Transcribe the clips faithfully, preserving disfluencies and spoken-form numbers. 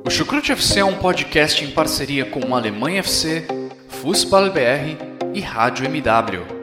O Chucrute F C é um podcast em parceria com Alemanha F C, Fußball B R e Rádio M W.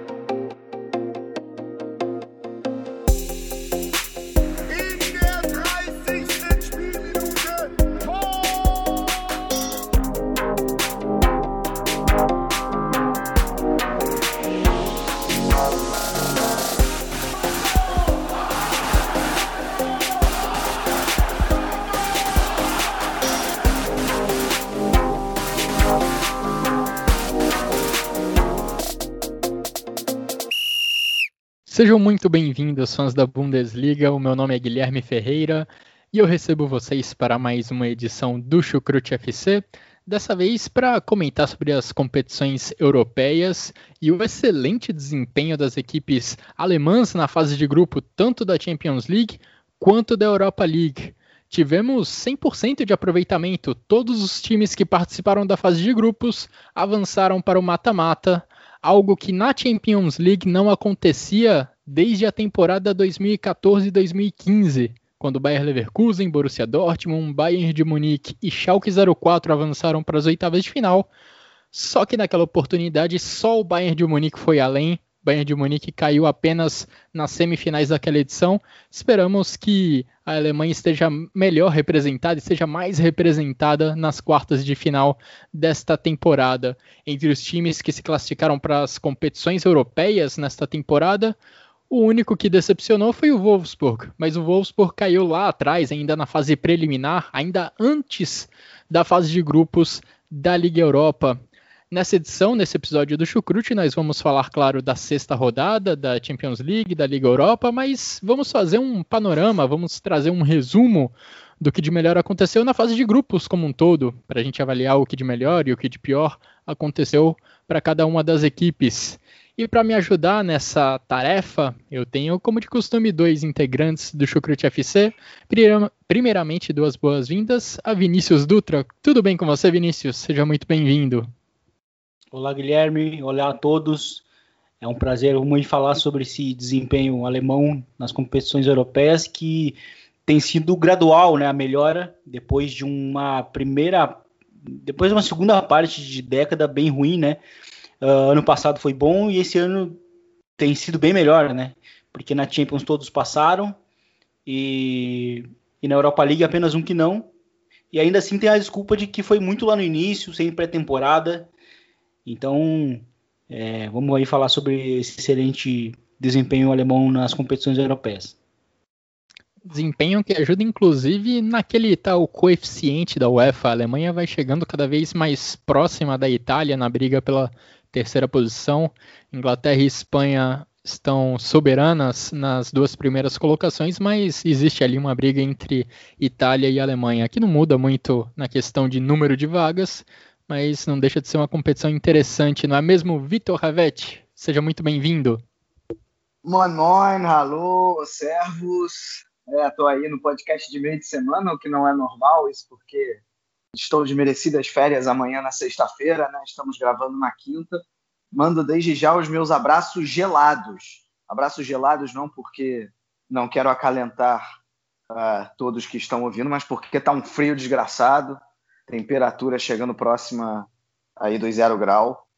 Sejam muito bem-vindos, fãs da Bundesliga. O meu nome é Guilherme Ferreira e eu recebo vocês para mais uma edição do Chucrute F C, dessa vez para comentar sobre as competições europeias e o excelente desempenho das equipes alemãs na fase de grupo, tanto da Champions League quanto da Europa League. Tivemos cem por cento de aproveitamento, todos os times que participaram da fase de grupos avançaram para o mata-mata, algo que na Champions League não acontecia desde a temporada dois mil e quatorze e dois mil e quinze, quando Bayer Leverkusen, Borussia Dortmund, Bayern de Munique e Schalke zero quatro avançaram para as oitavas de final. Só que naquela oportunidade só o Bayern de Munique foi além. Bayern de Munique caiu apenas nas semifinais daquela edição. Esperamos que a Alemanha esteja melhor representada e seja mais representada nas quartas de final desta temporada. Entre os times que se classificaram para as competições europeias nesta temporada, o único que decepcionou foi o Wolfsburg, mas o Wolfsburg caiu lá atrás, ainda na fase preliminar, ainda antes da fase de grupos da Liga Europa. Nessa edição, nesse episódio do Chucrute, nós vamos falar, claro, da sexta rodada da Champions League, da Liga Europa, mas vamos fazer um panorama, vamos trazer um resumo do que de melhor aconteceu na fase de grupos como um todo, para a gente avaliar o que de melhor e o que de pior aconteceu para cada uma das equipes. E para me ajudar nessa tarefa, eu tenho, como de costume, dois integrantes do Chucrute F C. Primeiramente, duas boas-vindas a Vinícius Dutra. Tudo bem com você, Vinícius? Seja muito bem-vindo. Olá, Guilherme. Olá a todos. É um prazer muito falar sobre esse desempenho alemão nas competições europeias, que tem sido gradual, né, a melhora depois de uma primeira, depois de uma segunda parte de década bem ruim, né? Uh, ano passado foi bom e esse ano tem sido bem melhor, né? Porque na Champions todos passaram e, e na Europa League apenas um que não. E ainda assim tem a desculpa de que foi muito lá no início, sem pré-temporada. Então, é, vamos aí falar sobre esse excelente desempenho alemão nas competições europeias. Desempenho que ajuda, inclusive, naquele tal coeficiente da UEFA. A Alemanha vai chegando cada vez mais próxima da Itália na briga pela terceira posição. Inglaterra e Espanha estão soberanas nas duas primeiras colocações, mas existe ali uma briga entre Itália e Alemanha, que não muda muito na questão de número de vagas, mas não deixa de ser uma competição interessante, não é mesmo, Vitor Ravetti? Seja muito bem-vindo. Moin, moin, alô, servos. Estou é, aí no podcast de meio de semana, o que não é normal, isso porque estou de merecidas férias amanhã na sexta-feira, né? Estamos gravando na quinta. Mando desde já os meus abraços gelados. Abraços gelados não porque não quero acalentar uh, todos que estão ouvindo, mas porque está um frio desgraçado. Temperatura chegando próxima aí dos zero grau,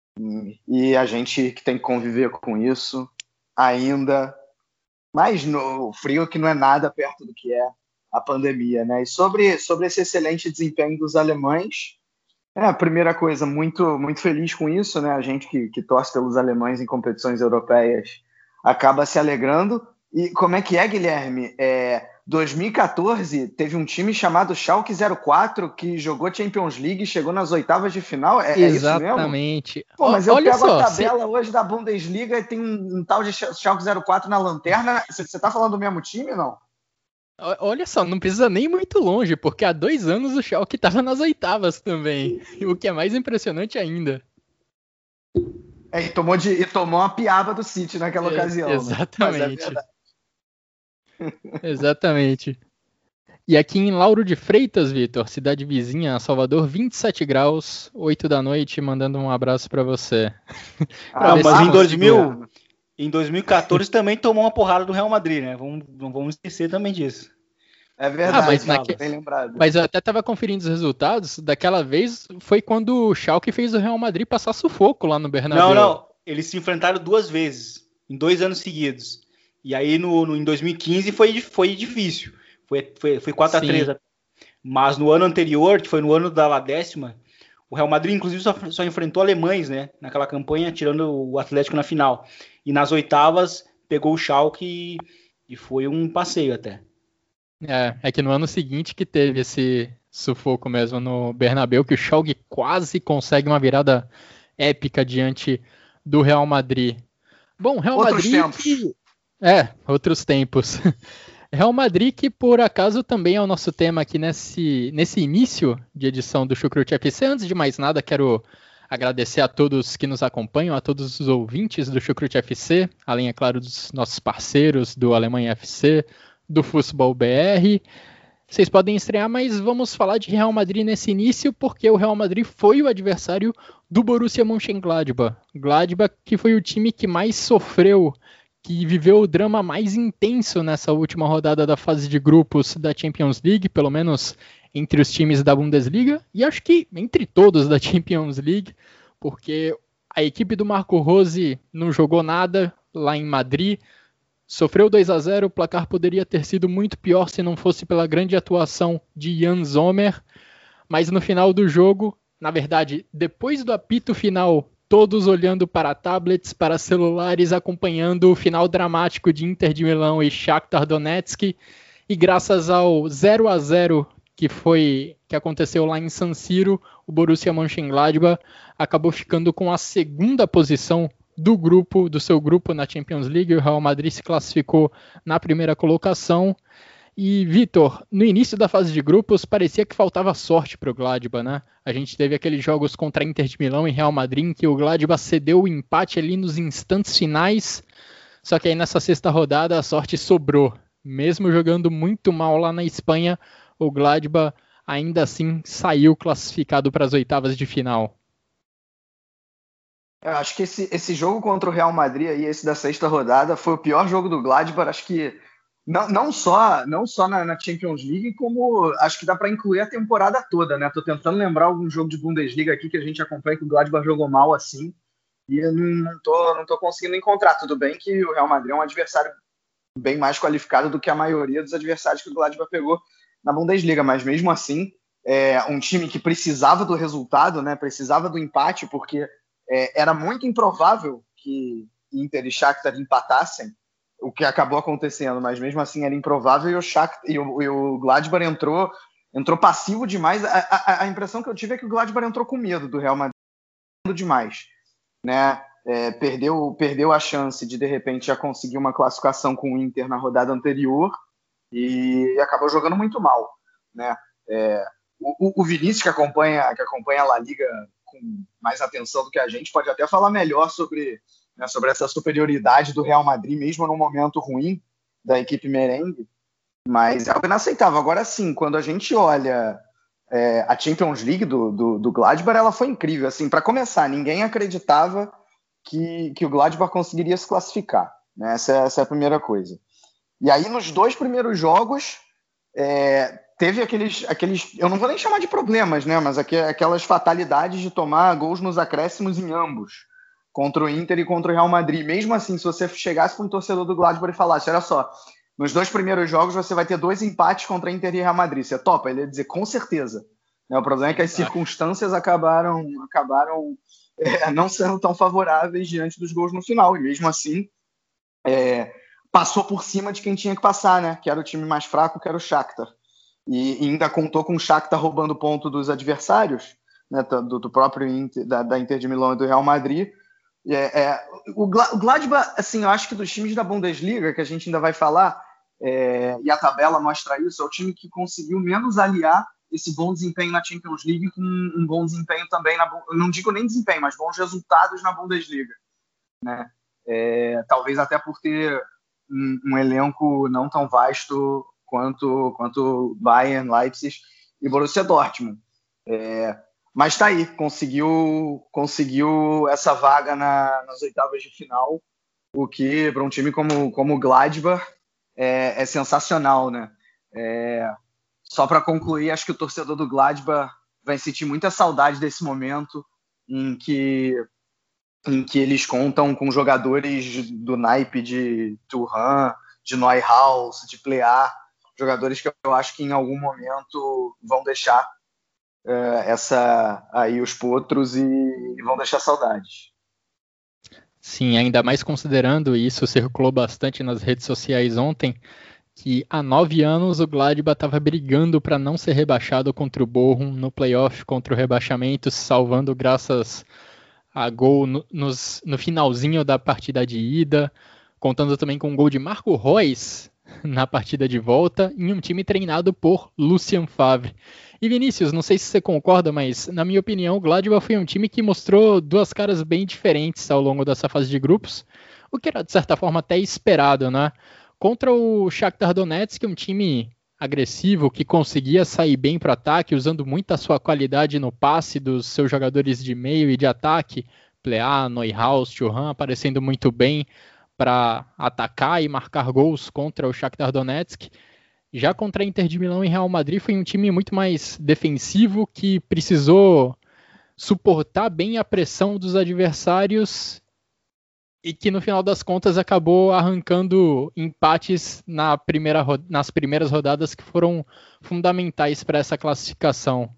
e a gente que tem que conviver com isso ainda, mais no frio que não é nada perto do que é a pandemia, né? E sobre, sobre esse excelente desempenho dos alemães, é a primeira coisa, muito, muito feliz com isso, né? A gente que, que torce pelos alemães em competições europeias acaba se alegrando. E como é que é, Guilherme? É... dois mil e quatorze, teve um time chamado Schalke zero quatro que jogou Champions League e chegou nas oitavas de final. É, Exatamente. É isso mesmo? Exatamente. Pô, mas eu Olha pego só, a tabela se... hoje da Bundesliga e tem um, um tal de Schalke zero quatro na lanterna. Você tá falando do mesmo time, não? Olha só, não precisa nem muito longe, porque há dois anos o Schalke estava nas oitavas também, o que é mais impressionante ainda. É, e tomou, de, e tomou uma piaba do City naquela é, ocasião. Exatamente. Né? É exatamente. E aqui em Lauro de Freitas, Vitor, cidade vizinha a Salvador, vinte e sete graus, oito da noite, mandando um abraço para você. Ah, mas em, dois mil, em dois mil e quatorze também tomou uma porrada do Real Madrid, né? Vamos, não vamos esquecer também disso. É verdade, Ah, mas, não, naque... bem lembrado. mas eu até estava conferindo os resultados. Daquela vez foi quando o Schalke fez o Real Madrid passar sufoco lá no Bernabéu. Não, não. Eles se enfrentaram duas vezes, em dois anos seguidos. E aí no, no, em dois mil e quinze foi, foi difícil. Foi, foi, foi quatro a três. Mas no ano anterior, que foi no ano da décima, o Real Madrid, inclusive, só, só enfrentou alemães, né? Naquela campanha, tirando o Atlético na final. E nas oitavas, pegou o Schalke e, e foi um passeio até. É, é que no ano seguinte que teve esse sufoco mesmo no Bernabéu, que o Schalke quase consegue uma virada épica diante do Real Madrid. Bom, Real Outros Madrid tempos. Que... É, outros tempos. Real Madrid, que por acaso também é o nosso tema aqui nesse, nesse início de edição do Chucrute F C. Antes de mais nada, quero agradecer a todos que nos acompanham, a todos os ouvintes do Chucrute F C, além, é claro, dos nossos parceiros do Alemanha F C, do Futebol B R. Vocês podem estrear, mas vamos falar de Real Madrid nesse início, porque o Real Madrid foi o adversário do Borussia Mönchengladbach. Gladbach, que foi o time que mais sofreu, que viveu o drama mais intenso nessa última rodada da fase de grupos da Champions League, pelo menos entre os times da Bundesliga, e acho que entre todos da Champions League, porque a equipe do Marco Rose não jogou nada lá em Madrid, sofreu dois a zero, o placar poderia ter sido muito pior se não fosse pela grande atuação de Jan Sommer, mas no final do jogo, na verdade, depois do apito final, todos olhando para tablets, para celulares, acompanhando o final dramático de Inter de Milão e Shakhtar Donetsk, e graças ao zero a zero que foi que aconteceu lá em San Siro, o Borussia Mönchengladbach acabou ficando com a segunda posição do grupo, do seu grupo na Champions League. O Real Madrid se classificou na primeira colocação. E, Vitor, no início da fase de grupos, parecia que faltava sorte para o Gladbach, né? A gente teve aqueles jogos contra Inter de Milão e Real Madrid, em que o Gladbach cedeu o empate ali nos instantes finais, só que aí nessa sexta rodada a sorte sobrou. Mesmo jogando muito mal lá na Espanha, o Gladbach ainda assim saiu classificado para as oitavas de final. Eu acho que esse, esse jogo contra o Real Madrid aí, esse da sexta rodada, foi o pior jogo do Gladbach. Acho que não, não só, não só na, na Champions League, como acho que dá para incluir a temporada toda, né? Tô tentando lembrar algum jogo de Bundesliga aqui que a gente acompanha que o Gladbach jogou mal assim, e eu não, não, tô, não tô conseguindo encontrar. Tudo bem que o Real Madrid é um adversário bem mais qualificado do que a maioria dos adversários que o Gladbach pegou na Bundesliga, mas mesmo assim, é um time que precisava do resultado, né? Precisava do empate, porque É, era muito improvável que Inter e Shakhtar empatassem, o que acabou acontecendo, mas mesmo assim era improvável, e o, Shakhtar, e o, e o Gladbach entrou, entrou passivo demais. A, a, a impressão que eu tive é que o Gladbach entrou com medo do Real Madrid, demais, né? É, perdeu, perdeu a chance de de repente já conseguir uma classificação com o Inter na rodada anterior e acabou jogando muito mal, né? É, o, o Vinícius, que acompanha, que acompanha a La Liga com mais atenção do que a gente, pode até falar melhor sobre, né, sobre essa superioridade do Real Madrid, mesmo num momento ruim da equipe merengue, mas é algo inaceitável. Agora sim, quando a gente olha é, a Champions League do, do, do Gladbach, ela foi incrível. Assim, para começar, ninguém acreditava que, que o Gladbach conseguiria se classificar, né? Essa, é, essa é a primeira coisa. E aí, nos dois primeiros jogos, é, teve aqueles, aqueles, eu não vou nem chamar de problemas, né, mas aquelas fatalidades de tomar gols nos acréscimos em ambos, contra o Inter e contra o Real Madrid. Mesmo assim, se você chegasse para um torcedor do Gladbach e falasse, olha só, nos dois primeiros jogos você vai ter dois empates contra Inter e Real Madrid, você topa? Ele ia dizer, com certeza. O problema é que as circunstâncias acabaram, acabaram é, não sendo tão favoráveis diante dos gols no final, e mesmo assim é, passou por cima de quem tinha que passar, né, que era o time mais fraco, que era o Shakhtar. E ainda contou com o Shakhtar roubando ponto dos adversários, né, do, do próprio Inter, da, da Inter de Milão e do Real Madrid. É, é, o, o Gladbach, assim, eu acho que dos times da Bundesliga, que a gente ainda vai falar, é, e a tabela mostra isso, é o time que conseguiu menos aliar esse bom desempenho na Champions League com um bom desempenho também, na, não digo nem desempenho, mas bons resultados na Bundesliga, né? É, talvez até por ter um, um elenco não tão vasto quanto, quanto Bayern, Leipzig e Borussia Dortmund. É, mas está aí, conseguiu, conseguiu essa vaga na, nas oitavas de final, o que para um time como, como o Gladbach é, é sensacional, né? É, só para concluir, acho que o torcedor do Gladbach vai sentir muita saudade desse momento em que, em que eles contam com jogadores do naipe de Thuram, de Neuhaus, de Plea, jogadores que eu acho que em algum momento vão deixar é, essa, aí os potros e, e vão deixar saudades. Sim, ainda mais considerando, e isso circulou bastante nas redes sociais ontem, que há nove anos o Gladbach estava brigando para não ser rebaixado contra o Bochum no playoff contra o rebaixamento, se salvando graças a gol no, nos, no finalzinho da partida de ida, contando também com um gol de Marco Reus na partida de volta, em um time treinado por Lucien Favre. E Vinícius, não sei se você concorda, mas na minha opinião o Gladbach foi um time que mostrou duas caras bem diferentes ao longo dessa fase de grupos, o que era de certa forma até esperado, né? Contra o Shakhtar Donetsk, um time agressivo que conseguia sair bem para o ataque, usando muito a sua qualidade no passe dos seus jogadores de meio e de ataque, Plea, Neuhaus, Thuram aparecendo muito bem para atacar e marcar gols contra o Shakhtar Donetsk. Já contra a Inter de Milão e Real Madrid foi um time muito mais defensivo, que precisou suportar bem a pressão dos adversários e que no final das contas acabou arrancando empates na primeira, nas primeiras rodadas que foram fundamentais para essa classificação.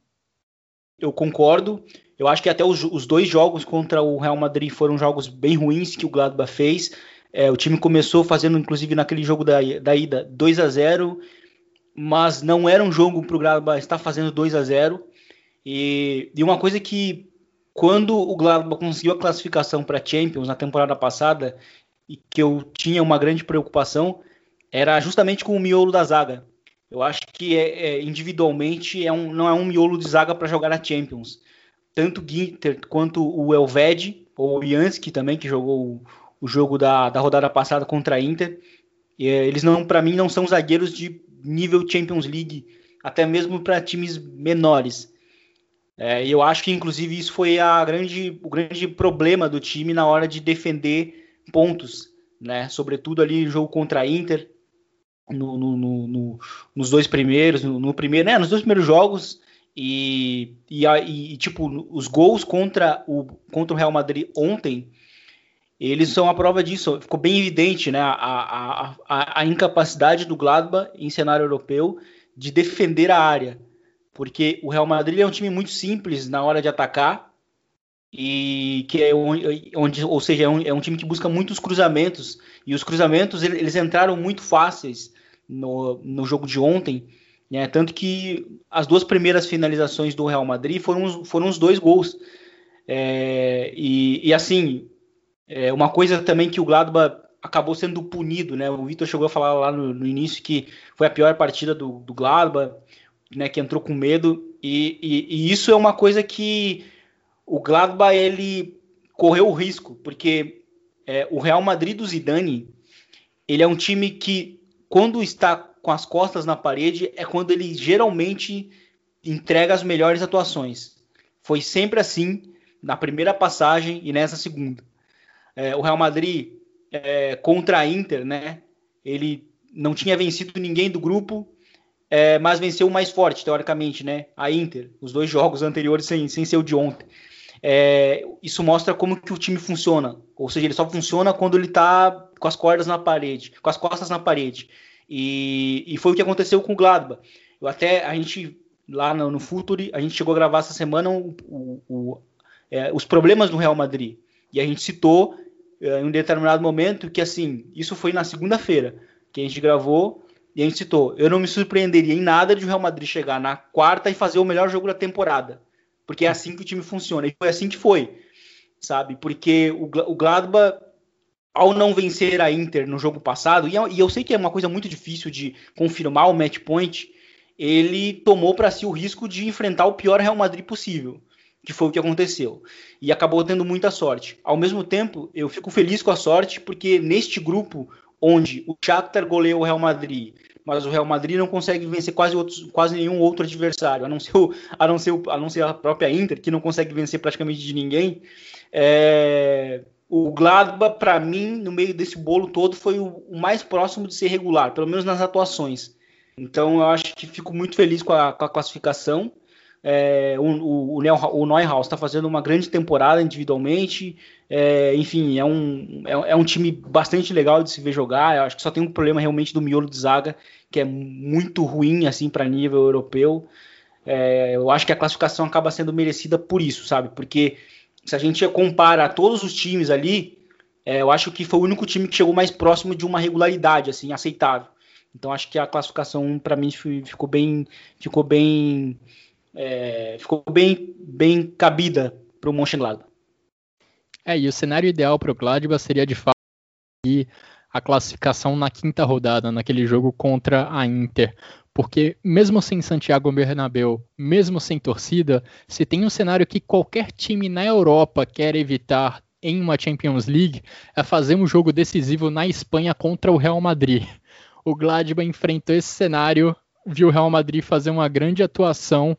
Eu concordo. Eu acho que até os, os dois jogos contra o Real Madrid foram jogos bem ruins que o Gladbach fez. É, o time começou fazendo, inclusive, naquele jogo da, da ida, dois a zero, mas não era um jogo para o Gladbach estar fazendo dois a zero. E, e uma coisa que, quando o Gladbach conseguiu a classificação para a Champions na temporada passada, e que eu tinha uma grande preocupação, era justamente com o miolo da zaga. Eu acho que é, é, individualmente é um, não é um miolo de zaga para jogar na Champions. Tanto o Ginter quanto o Elvedi, ou o Jansky também, que jogou o, o jogo da, da rodada passada contra a Inter, e, é, eles não, para mim, não são zagueiros de nível Champions League, até mesmo para times menores. É, e eu acho que, inclusive, isso foi a grande, o grande problema do time na hora de defender pontos, né? Sobretudo ali no jogo contra a Inter, no, no, no, no, nos dois primeiros, no, no primeiro, né? Nos dois primeiros jogos, e, e, e tipo, os gols contra o, contra o Real Madrid ontem, eles são a prova disso. Ficou bem evidente, né? A, a, a, a incapacidade do Gladbach em cenário europeu de defender a área. Porque o Real Madrid é um time muito simples na hora de atacar, e que é onde, onde ou seja, é um, é um time que busca muitos cruzamentos, e os cruzamentos eles entraram muito fáceis no, no jogo de ontem, né? Tanto que as duas primeiras finalizações do Real Madrid foram, foram os dois gols. É, e, e assim, é uma coisa também que o Gladbach acabou sendo punido, né? O Vitor chegou a falar lá no, no início que foi a pior partida do, do Gladbach, né, que entrou com medo, e, e, e isso é uma coisa que o Gladbach ele correu o risco, porque é, o Real Madrid do Zidane, ele é um time que, quando está com as costas na parede, é quando ele geralmente entrega as melhores atuações. Foi sempre assim na primeira passagem e nessa segunda. É, o Real Madrid é, contra a Inter, né, ele não tinha vencido ninguém do grupo, É, mas venceu o mais forte, teoricamente, né? A Inter, os dois jogos anteriores sem, sem ser o de ontem. É, isso mostra como que o time funciona. Ou seja, ele só funciona quando ele está com as cordas na parede, com as costas na parede. E, e foi o que aconteceu com o Gladbach. Eu até, a gente, lá no, no Futuri, a gente chegou a gravar essa semana o, o, o, é, os problemas do Real Madrid. E a gente citou é, em um determinado momento que, assim, isso foi na segunda-feira, que a gente gravou. E a gente citou, eu não me surpreenderia em nada de o Real Madrid chegar na quarta e fazer o melhor jogo da temporada. Porque é assim que o time funciona. E foi assim que foi, sabe? Porque o, o Gladbach, ao não vencer a Inter no jogo passado, e, e eu sei que é uma coisa muito difícil de confirmar o match point, ele tomou para si o risco de enfrentar o pior Real Madrid possível, que foi o que aconteceu. E acabou tendo muita sorte. Ao mesmo tempo, eu fico feliz com a sorte, porque neste grupo, onde o Shakhtar goleou o Real Madrid, mas o Real Madrid não consegue vencer quase, outros, quase nenhum outro adversário, a não, ser o, a, não ser o, a não ser a própria Inter, que não consegue vencer praticamente de ninguém. É, o Gladbach, para mim, no meio desse bolo todo, foi o, o mais próximo de ser regular, pelo menos nas atuações. Então eu acho que fico muito feliz com a, com a classificação. É, o, o, o Neuhaus está fazendo uma grande temporada individualmente. É, enfim, é um, é, é um time bastante legal de se ver jogar. Eu acho que só tem um problema realmente do miolo de zaga, que é muito ruim assim para nível europeu. É, eu acho que a classificação acaba sendo merecida por isso, sabe? Porque se a gente compara todos os times ali, é, eu acho que foi o único time que chegou mais próximo de uma regularidade assim, aceitável. Então acho que a classificação para mim ficou bem, ficou bem, é, ficou bem, bem cabida para o Mönchengladbach. É, e o cenário ideal para o Gladbach seria de fato a classificação na quinta rodada, naquele jogo contra a Inter. Porque mesmo sem Santiago Bernabéu, mesmo sem torcida, se tem um cenário que qualquer time na Europa quer evitar em uma Champions League, é fazer um jogo decisivo na Espanha contra o Real Madrid. O Gladbach enfrentou esse cenário, viu o Real Madrid fazer uma grande atuação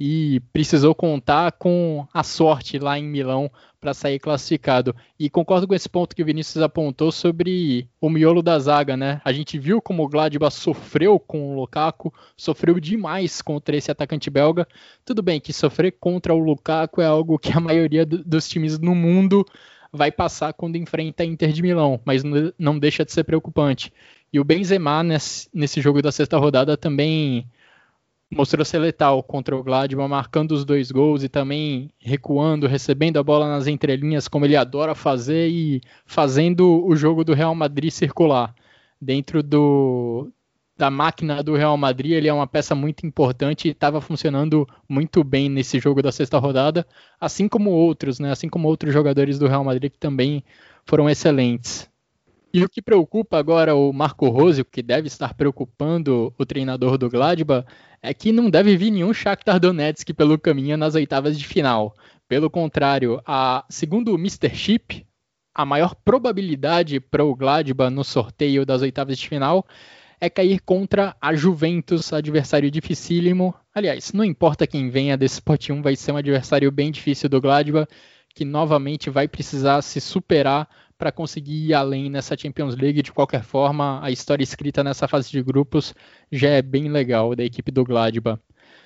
e precisou contar com a sorte lá em Milão para sair classificado. E concordo com esse ponto que o Vinícius apontou sobre o miolo da zaga, né? A gente viu como o Gladbach sofreu com o Lukaku, sofreu demais contra esse atacante belga. Tudo bem que sofrer contra o Lukaku é algo que a maioria do, dos times no mundo vai passar quando enfrenta a Inter de Milão, mas não, não deixa de ser preocupante. E o Benzema, nesse, nesse jogo da sexta rodada, também mostrou ser letal contra o Gladbach, marcando os dois gols e também recuando, recebendo a bola nas entrelinhas, como ele adora fazer, e fazendo o jogo do Real Madrid circular. Dentro do, da máquina do Real Madrid, ele é uma peça muito importante e estava funcionando muito bem nesse jogo da sexta rodada, assim como outros, né? Assim como outros jogadores do Real Madrid que também foram excelentes. E o que preocupa agora o Marco Rose, o que deve estar preocupando o treinador do Gladbach, é que não deve vir nenhum Shakhtar Donetsk pelo caminho nas oitavas de final. Pelo contrário, a, segundo o mister Chip, a maior probabilidade para o Gladbach no sorteio das oitavas de final é cair contra a Juventus, adversário dificílimo. Aliás, não importa quem venha desse pote um, vai ser um adversário bem difícil do Gladbach, que novamente vai precisar se superar para conseguir ir além nessa Champions League. De qualquer forma, a história escrita nessa fase de grupos já é bem legal da equipe do Gladbach.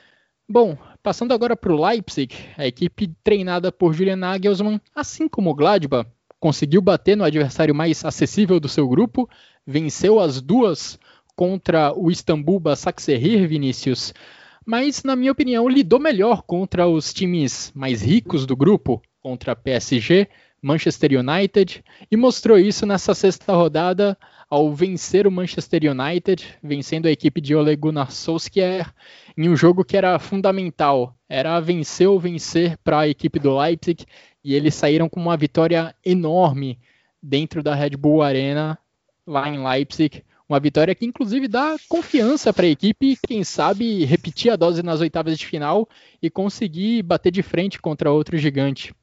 Bom, passando agora para o Leipzig, a equipe treinada por Julian Nagelsmann, assim como o Gladbach, conseguiu bater no adversário mais acessível do seu grupo, venceu as duas contra o Istanbul Basaksehir, Vinícius, mas, na minha opinião, lidou melhor contra os times mais ricos do grupo, contra P S G, Manchester United, e mostrou isso nessa sexta rodada ao vencer o Manchester United, vencendo a equipe de Ole Gunnar Solskjaer em um jogo que era fundamental, era vencer ou vencer para a equipe do Leipzig, e eles saíram com uma vitória enorme dentro da Red Bull Arena, lá em Leipzig, uma vitória que inclusive dá confiança para a equipe, quem sabe repetir a dose nas oitavas de final e conseguir bater de frente contra outro gigante.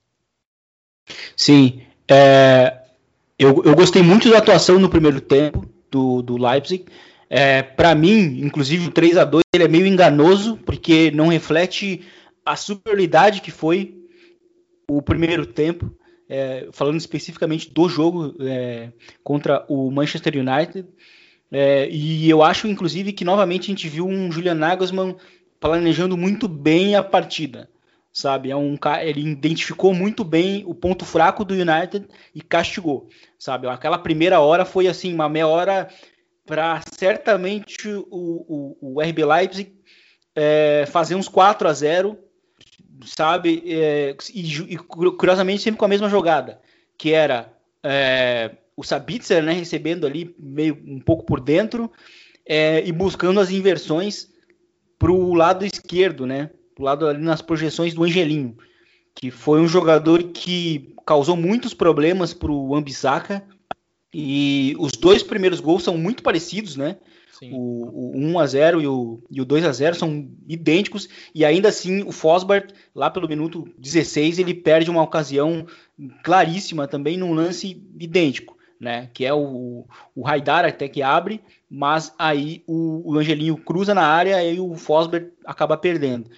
Sim, é, eu, eu gostei muito da atuação no primeiro tempo do, do Leipzig. É, para mim, inclusive o três a dois ele é meio enganoso, porque não reflete a superioridade que foi o primeiro tempo, é, falando especificamente do jogo é, contra o Manchester United. É, e eu acho, inclusive, que novamente a gente viu um Julian Nagelsmann planejando muito bem a partida. Sabe, é um, ele identificou muito bem o ponto fraco do United e castigou, sabe, aquela primeira hora foi assim, uma meia hora para certamente o, o, o R B Leipzig é, fazer uns quatro a zero, sabe, é, e, e curiosamente sempre com a mesma jogada, que era é, o Sabitzer, né, recebendo ali meio um pouco por dentro é, e buscando as inversões para o lado esquerdo, né, lado ali nas projeções do Angelinho, que foi um jogador que causou muitos problemas para o Wan-Bissaka, e os dois primeiros gols são muito parecidos, né? Sim. O, o um a zero e o, e o dois a zero são idênticos, e ainda assim o Fosberg, lá pelo minuto dezesseis, ele perde uma ocasião claríssima também num lance idêntico, né? Que é o, o Haidar até que abre, mas aí o, o Angelinho cruza na área e o Fosberg acaba perdendo.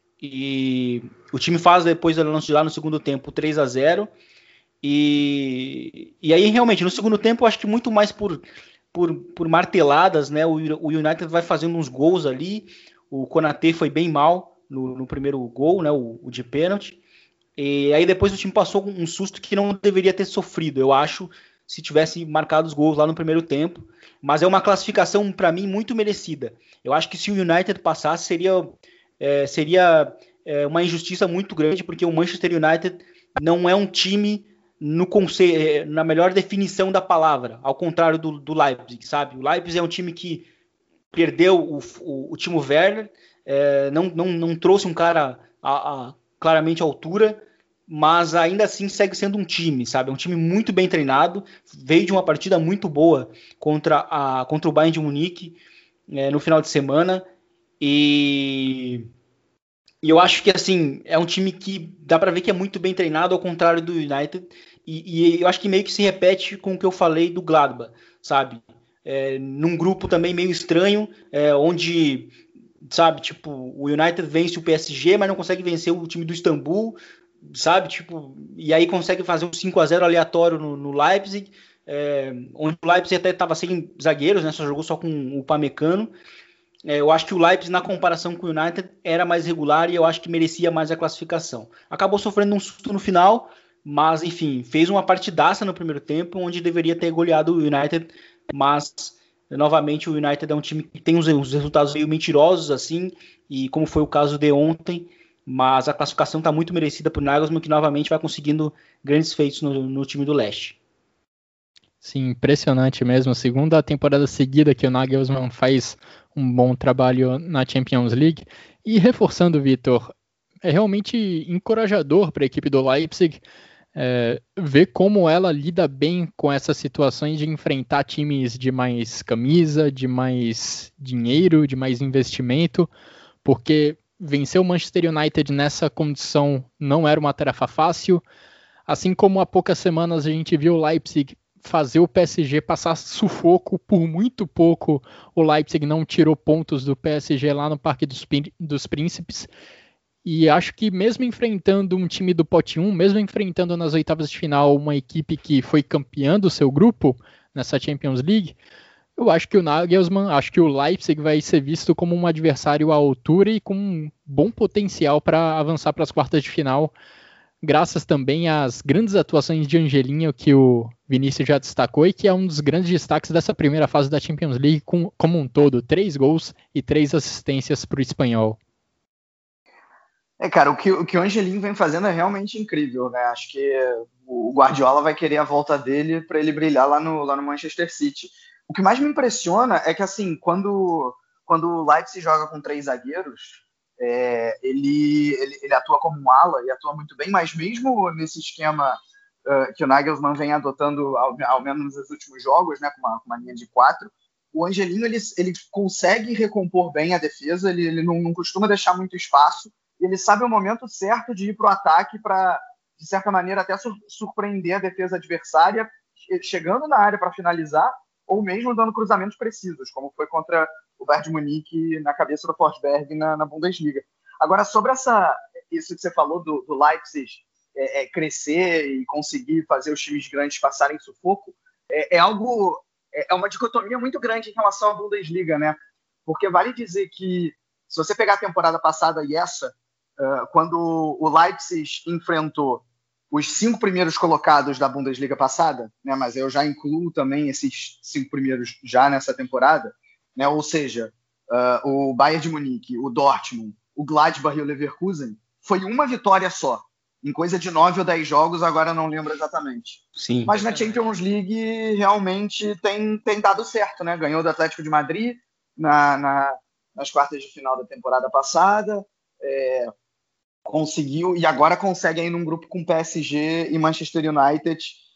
E o time faz depois de lá no segundo tempo três a zero, e, e aí realmente no segundo tempo eu acho que muito mais por por, por marteladas, né? O, o United vai fazendo uns gols ali, o Konaté foi bem mal no, no primeiro gol, né? O, o de pênalti. E aí depois o time passou um susto que não deveria ter sofrido, eu acho, se tivesse marcado os gols lá no primeiro tempo. Mas é uma classificação, para mim, muito merecida. Eu acho que se o United passasse, seria, é, seria é, uma injustiça muito grande, porque o Manchester United não é um time no conce... na melhor definição da palavra, ao contrário do, do Leipzig, sabe? O Leipzig é um time que perdeu o, o, o Timo Werner, é, não, não, não trouxe um cara a, a, claramente à altura, mas ainda assim segue sendo um time, sabe? É um time muito bem treinado, veio de uma partida muito boa contra, a, contra o Bayern de Munique é, no final de semana, e, e eu acho que assim, é um time que dá para ver que é muito bem treinado, ao contrário do United, e, e eu acho que meio que se repete com o que eu falei do Gladbach, sabe? É, num grupo também meio estranho, é, onde, sabe, tipo, o United vence o P S G, mas não consegue vencer o time do Istambul, sabe, tipo, e aí consegue fazer um cinco a zero aleatório no, no Leipzig, é, onde o Leipzig até estava sem zagueiros, né, só jogou só com o Upamecano. É, eu acho que o Leipzig, na comparação com o United, era mais regular e eu acho que merecia mais a classificação. Acabou sofrendo um susto no final, mas, enfim, fez uma partidaça no primeiro tempo, onde deveria ter goleado o United, mas, novamente, o United é um time que tem uns, uns resultados meio mentirosos, assim, e como foi o caso de ontem, mas a classificação está muito merecida para o Nagelsmann, que novamente vai conseguindo grandes feitos no, no time do leste. Sim, impressionante mesmo. Segunda temporada seguida que o Nagelsmann faz um bom trabalho na Champions League. E reforçando, Vitor, é realmente encorajador para a equipe do Leipzig é, ver como ela lida bem com essas situações de enfrentar times de mais camisa, de mais dinheiro, de mais investimento, porque vencer o Manchester United nessa condição não era uma tarefa fácil, assim como há poucas semanas a gente viu o Leipzig fazer o P S G passar sufoco, por muito pouco o Leipzig não tirou pontos do P S G lá no Parque dos, dos Príncipes, e acho que mesmo enfrentando um time do pote um, mesmo enfrentando nas oitavas de final uma equipe que foi campeã do seu grupo nessa Champions League, eu acho que o Nagelsmann, acho que o Leipzig vai ser visto como um adversário à altura e com um bom potencial para avançar para as quartas de final, graças também às grandes atuações de Angelino, que o Vinícius já destacou, e que é um dos grandes destaques dessa primeira fase da Champions League com, como um todo, três gols e três assistências para o espanhol. É, cara, o que o, que o Angelino vem fazendo é realmente incrível, né? Acho que o Guardiola vai querer a volta dele para ele brilhar lá no, lá no Manchester City. O que mais me impressiona é que, assim, quando, quando o Leipzig joga com três zagueiros, é, ele, ele, ele atua como um ala e atua muito bem, mas mesmo nesse esquema uh, que o Nagelsmann vem adotando, ao, ao menos nos últimos jogos, né, com uma, com uma linha de quatro, o Angelino ele, ele consegue recompor bem a defesa, ele, ele não, não costuma deixar muito espaço, e ele sabe o momento certo de ir para o ataque para, de certa maneira, até sur- surpreender a defesa adversária, chegando na área para finalizar, ou mesmo dando cruzamentos precisos, como foi contra o Bayern de Munique na cabeça do Forsberg na, na Bundesliga. Agora, sobre essa, isso que você falou do, do Leipzig é, é, crescer e conseguir fazer os times grandes passarem sufoco, é, é algo, é, é uma dicotomia muito grande em relação à Bundesliga, né? Porque vale dizer que, se você pegar a temporada passada e essa, uh, quando o Leipzig enfrentou os cinco primeiros colocados da Bundesliga passada, né, mas eu já incluo também esses cinco primeiros já nessa temporada, né, ou seja, uh, o Bayern de Munique, o Dortmund, o Gladbach e o Leverkusen, foi uma vitória só, em coisa de nove ou dez jogos, agora não lembro exatamente. Sim. Mas na Champions League realmente tem, tem dado certo, né? Ganhou do Atlético de Madrid na, na, nas quartas de final da temporada passada, é, conseguiu, e agora consegue aí num grupo com P S G e Manchester United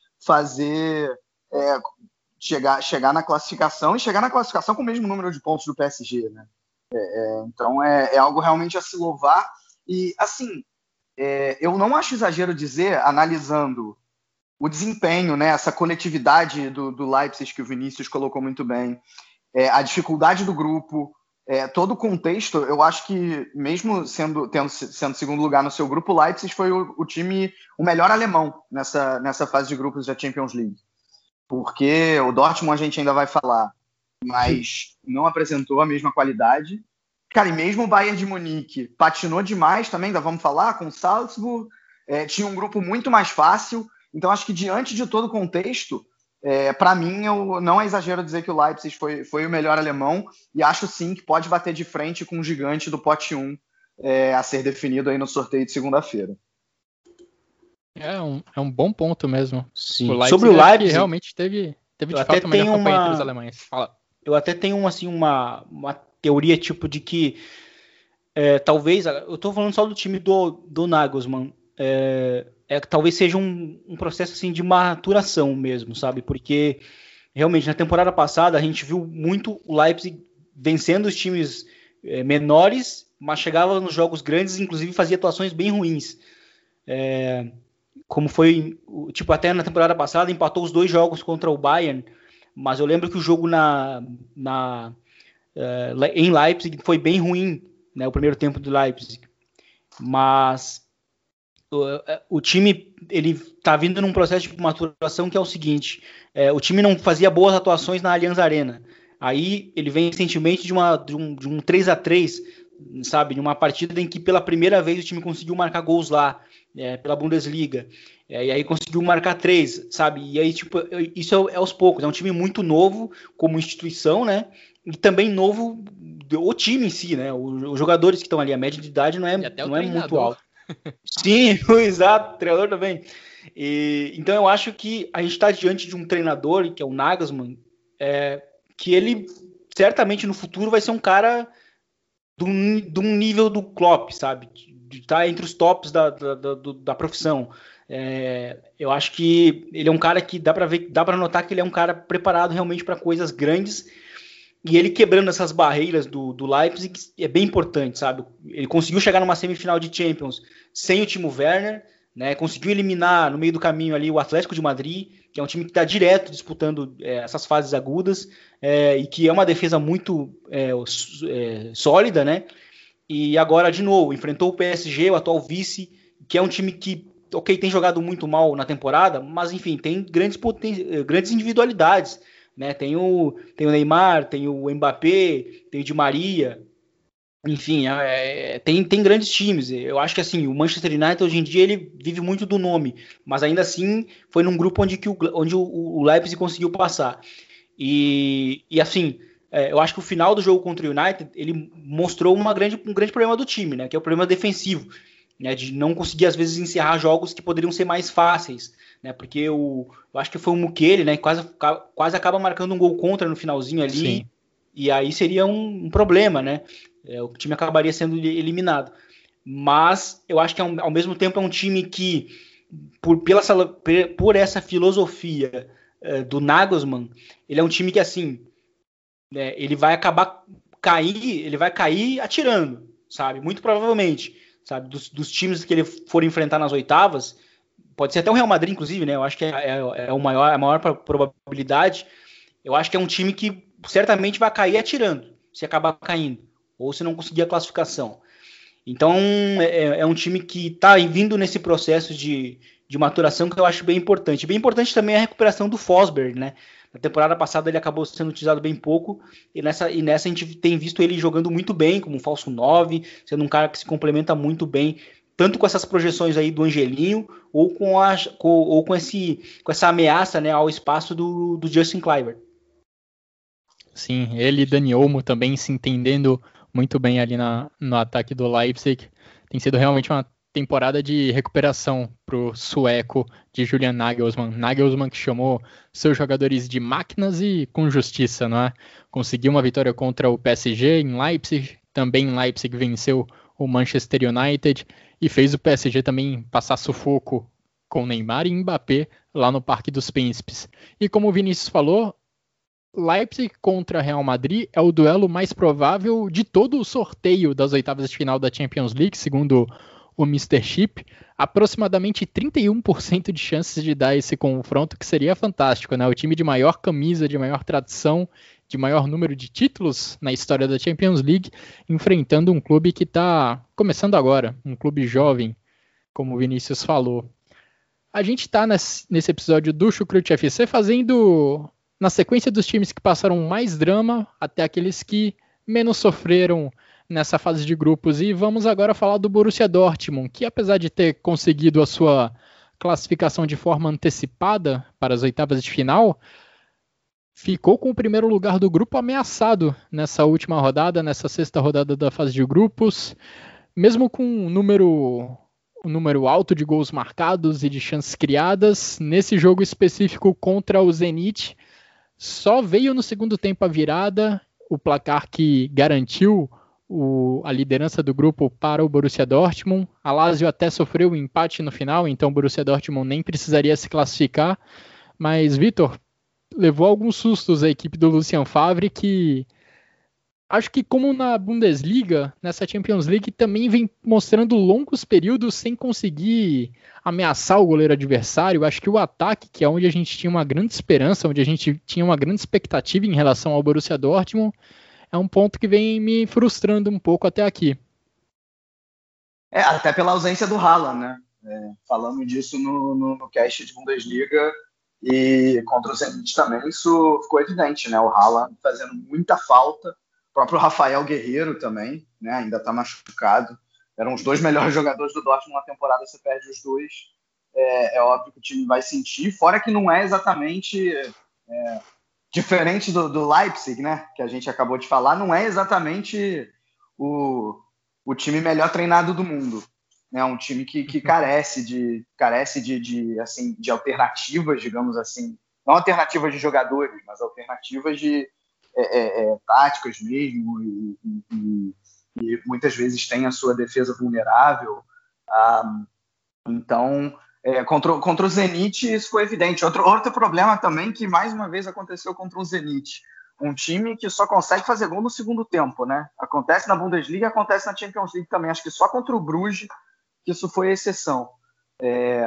fazer é, chegar, chegar na classificação e chegar na classificação com o mesmo número de pontos do P S G, né? É, é, então é, é algo realmente a se louvar. E assim, é, eu não acho exagero dizer, analisando o desempenho, né, essa coletividade do, do Leipzig que o Vinícius colocou muito bem, é, a dificuldade do grupo, É, todo o contexto, eu acho que mesmo sendo, tendo, sendo segundo lugar no seu grupo, o Leipzig foi o, o time, o melhor alemão nessa, nessa fase de grupos da Champions League. porque o Dortmund a gente ainda vai falar, mas não apresentou a mesma qualidade. Cara, e mesmo o Bayern de Munique patinou demais também, ainda vamos falar, com o Salzburg, é, tinha um grupo muito mais fácil. Então, acho que diante de todo o contexto, é, para mim, eu, não é exagero dizer que o Leipzig foi, foi o melhor alemão, e acho sim que pode bater de frente com o gigante do pote um é, a ser definido aí no sorteio de segunda-feira. É um, é um bom ponto mesmo. Sim. O Leipzig, sobre o Leipzig, realmente teve, teve de eu fato até a melhor tenho campanha uma... entre os alemães. Fala. Eu até tenho assim, uma, uma teoria tipo de que é, talvez, eu estou falando só do time do, do Nagelsmann, é, é, talvez seja um, um processo assim, de maturação mesmo, sabe? Porque realmente na temporada passada a gente viu muito o Leipzig vencendo os times é, menores, mas chegava nos jogos grandes, inclusive fazia atuações bem ruins. É, como foi, tipo, até na temporada passada empatou os dois jogos contra o Bayern, mas eu lembro que o jogo na, na, uh, em Leipzig foi bem ruim, né, o primeiro tempo do Leipzig. Mas o, o time ele tá vindo num processo de maturação que é o seguinte, é, o time não fazia boas atuações na Allianz Arena. Aí ele vem recentemente de, uma, de, um, de um três a três, sabe, de uma partida em que pela primeira vez o time conseguiu marcar gols lá, é, pela Bundesliga. É, e aí conseguiu marcar três, sabe? E aí, tipo, isso é, é aos poucos. É um time muito novo como instituição, né? E também novo o time em si, né? Os, os jogadores que estão ali, a média de idade não é, não é muito alta. Sim, exato, o treinador também. E, então eu acho que a gente está diante de um treinador, que é o Nagelsmann, é, que ele certamente no futuro vai ser um cara de um nível do Klopp, sabe? De estar tá entre os tops da, da, da, da profissão. É, eu acho que ele é um cara que dá para ver, dá para notar que ele é um cara preparado realmente para coisas grandes, e ele quebrando essas barreiras do, do Leipzig é bem importante, sabe? Ele conseguiu chegar numa semifinal de Champions sem o Timo Werner, né? Conseguiu eliminar no meio do caminho ali o Atlético de Madrid, que é um time que está direto disputando é, essas fases agudas, é, e que é uma defesa muito é, é, sólida, né? E agora, de novo, enfrentou o P S G, o atual vice, que é um time que, ok, tem jogado muito mal na temporada, mas enfim, tem grandes, poten- grandes individualidades, né? Tem o, tem o Neymar, tem o Mbappé, tem o Di Maria, enfim, é, tem, tem grandes times. Eu acho que assim, o Manchester United hoje em dia ele vive muito do nome, mas ainda assim foi num grupo onde, que o, onde o, o Leipzig conseguiu passar. E, e assim, é, eu acho que o final do jogo contra o United ele mostrou uma grande, um grande problema do time, né? Que é o problema defensivo, né, de não conseguir às vezes encerrar jogos que poderiam ser mais fáceis, né? Porque o, eu acho que foi o Mukiele, né? Quase, quase acaba marcando um gol contra no finalzinho ali. Sim. E aí seria um, um problema, né? É, o time acabaria sendo eliminado. Mas eu acho que ao, ao mesmo tempo é um time que, por, pela, por essa filosofia é, do Nagelsmann, ele é um time que assim, né, ele vai acabar cair, ele vai cair atirando, sabe? Muito provavelmente, sabe? Dos, dos times que ele for enfrentar nas oitavas, pode ser até o Real Madrid, inclusive, né? Eu acho que é, é, é o maior, a maior probabilidade. Eu acho que é um time que certamente vai cair atirando, se acabar caindo, ou se não conseguir a classificação. Então, é, é um time que está vindo nesse processo de, de maturação que eu acho bem importante. Bem importante também a recuperação do Forsberg, né? Na temporada passada ele acabou sendo utilizado bem pouco, e nessa, e nessa a gente tem visto ele jogando muito bem, como um falso nove, sendo um cara que se complementa muito bem, tanto com essas projeções aí do Angelinho, ou com, a, com, ou com, esse, com essa ameaça, né, ao espaço do, do Justin Kluivert. Sim, ele e Dani Olmo também se entendendo muito bem ali na, no ataque do Leipzig. Tem sido realmente uma temporada de recuperação para o sueco de Julian Nagelsmann. Nagelsmann que chamou seus jogadores de máquinas e com justiça, não é? Conseguiu uma vitória contra o P S G em Leipzig, também em Leipzig venceu o Manchester United e fez o P S G também passar sufoco com Neymar e Mbappé lá no Parque dos Príncipes. E como o Vinícius falou, Leipzig contra Real Madrid é o duelo mais provável de todo o sorteio das oitavas de final da Champions League, segundo o mister Chip. Aproximadamente trinta e um por cento de chances de dar esse confronto, que seria fantástico, né? O time de maior camisa, de maior tradição, de maior número de títulos na história da Champions League, enfrentando um clube que está começando agora, um clube jovem, como o Vinícius falou. a gente está nesse, nesse episódio do Chucrute F C fazendo na sequência dos times que passaram mais drama até aqueles que menos sofreram nessa fase de grupos. E vamos agora falar do Borussia Dortmund, que apesar de ter conseguido a sua classificação de forma antecipada para as oitavas de final, ficou com o primeiro lugar do grupo ameaçado nessa última rodada, nessa sexta rodada da fase de grupos, mesmo com um número, um número alto de gols marcados e de chances criadas. Nesse jogo específico contra o Zenit, só veio no segundo tempo a virada, o placar que garantiu o, a liderança do grupo para o Borussia Dortmund. A Lazio até sofreu um empate no final, então o Borussia Dortmund nem precisaria se classificar. Mas, Vitor, levou alguns sustos a equipe do Lucien Favre, que acho que, como na Bundesliga, nessa Champions League também vem mostrando longos períodos sem conseguir ameaçar o goleiro adversário. Acho que o ataque, que é onde a gente tinha uma grande esperança, onde a gente tinha uma grande expectativa em relação ao Borussia Dortmund, é um ponto que vem me frustrando um pouco até aqui. É, até pela ausência do Haaland, né? É, falando disso no, no, no cast de Bundesliga e contra o Zenit também, isso ficou evidente, né? O Haaland fazendo muita falta, o próprio Rafael Guerreiro também, né? Ainda está machucado. Eram os dois melhores jogadores do Dortmund na temporada, você perde os dois, é, é óbvio que o time vai sentir, fora que não é exatamente... É, diferente do, do Leipzig, né, que a gente acabou de falar, não é exatamente o, o time melhor treinado do mundo. É né? Um time que, que carece, de, carece de, de, assim, de alternativas, digamos assim. Não alternativas de jogadores, mas alternativas de é, é, é, táticas mesmo. E, e, e muitas vezes tem a sua defesa vulnerável. Ah, então... É, contra, contra o Zenit isso foi evidente. Outro, outro problema também que mais uma vez aconteceu contra o Zenit. Um time que só consegue fazer gol no segundo tempo, né? Acontece na Bundesliga, acontece na Champions League também. Acho que só contra o Bruges que isso foi exceção. É,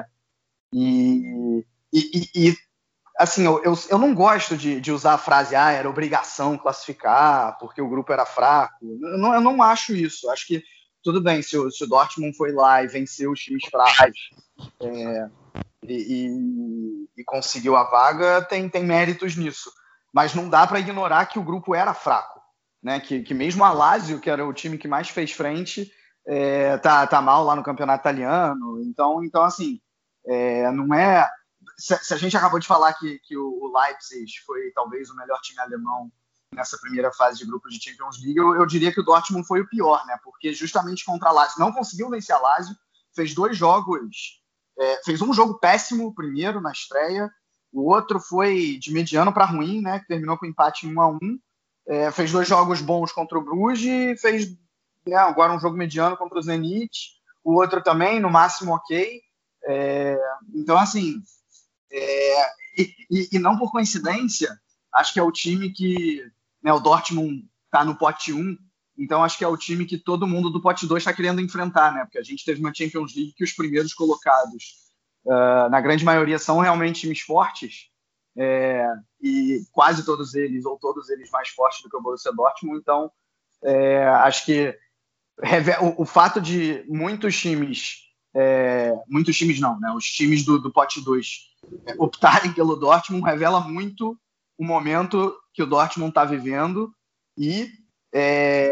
e, e, e assim, eu, eu, eu não gosto de, de usar a frase ah, era obrigação classificar porque o grupo era fraco. Eu não, eu não acho isso. Acho que tudo bem, se o, se o Dortmund foi lá e venceu os times fracos é, e, e, e conseguiu a vaga, tem, tem méritos nisso. Mas não dá para ignorar que o grupo era fraco. Né? Que, que mesmo a Lazio, que era o time que mais fez frente, é, tá, tá mal lá no campeonato italiano. Então, então assim, é, não é... Se, se a gente acabou de falar que, que o Leipzig foi talvez o melhor time alemão nessa primeira fase de grupo de Champions League, eu, eu diria que o Dortmund foi o pior, né? Porque justamente contra a Lazio não conseguiu vencer a Lazio, fez dois jogos, é, fez um jogo péssimo, o primeiro na estreia, o outro foi de mediano para ruim, né? Que terminou com empate em um a um, é, fez dois jogos bons contra o Bruges, fez né, agora um jogo mediano contra o Zenit, o outro também, no máximo ok. É, então, assim, é, e, e, e não por coincidência, acho que é o time que né, o Dortmund está no pote um, então acho que é o time que todo mundo do pote dois está querendo enfrentar, né? Porque a gente teve uma Champions League que os primeiros colocados, uh, na grande maioria, são realmente times fortes, é, e quase todos eles, ou todos eles mais fortes do que o Borussia Dortmund, então é, acho que o, o fato de muitos times, é, muitos times não, né? Os times do, do pote dois é, optarem pelo Dortmund revela muito o momento que o Dortmund está vivendo e, é,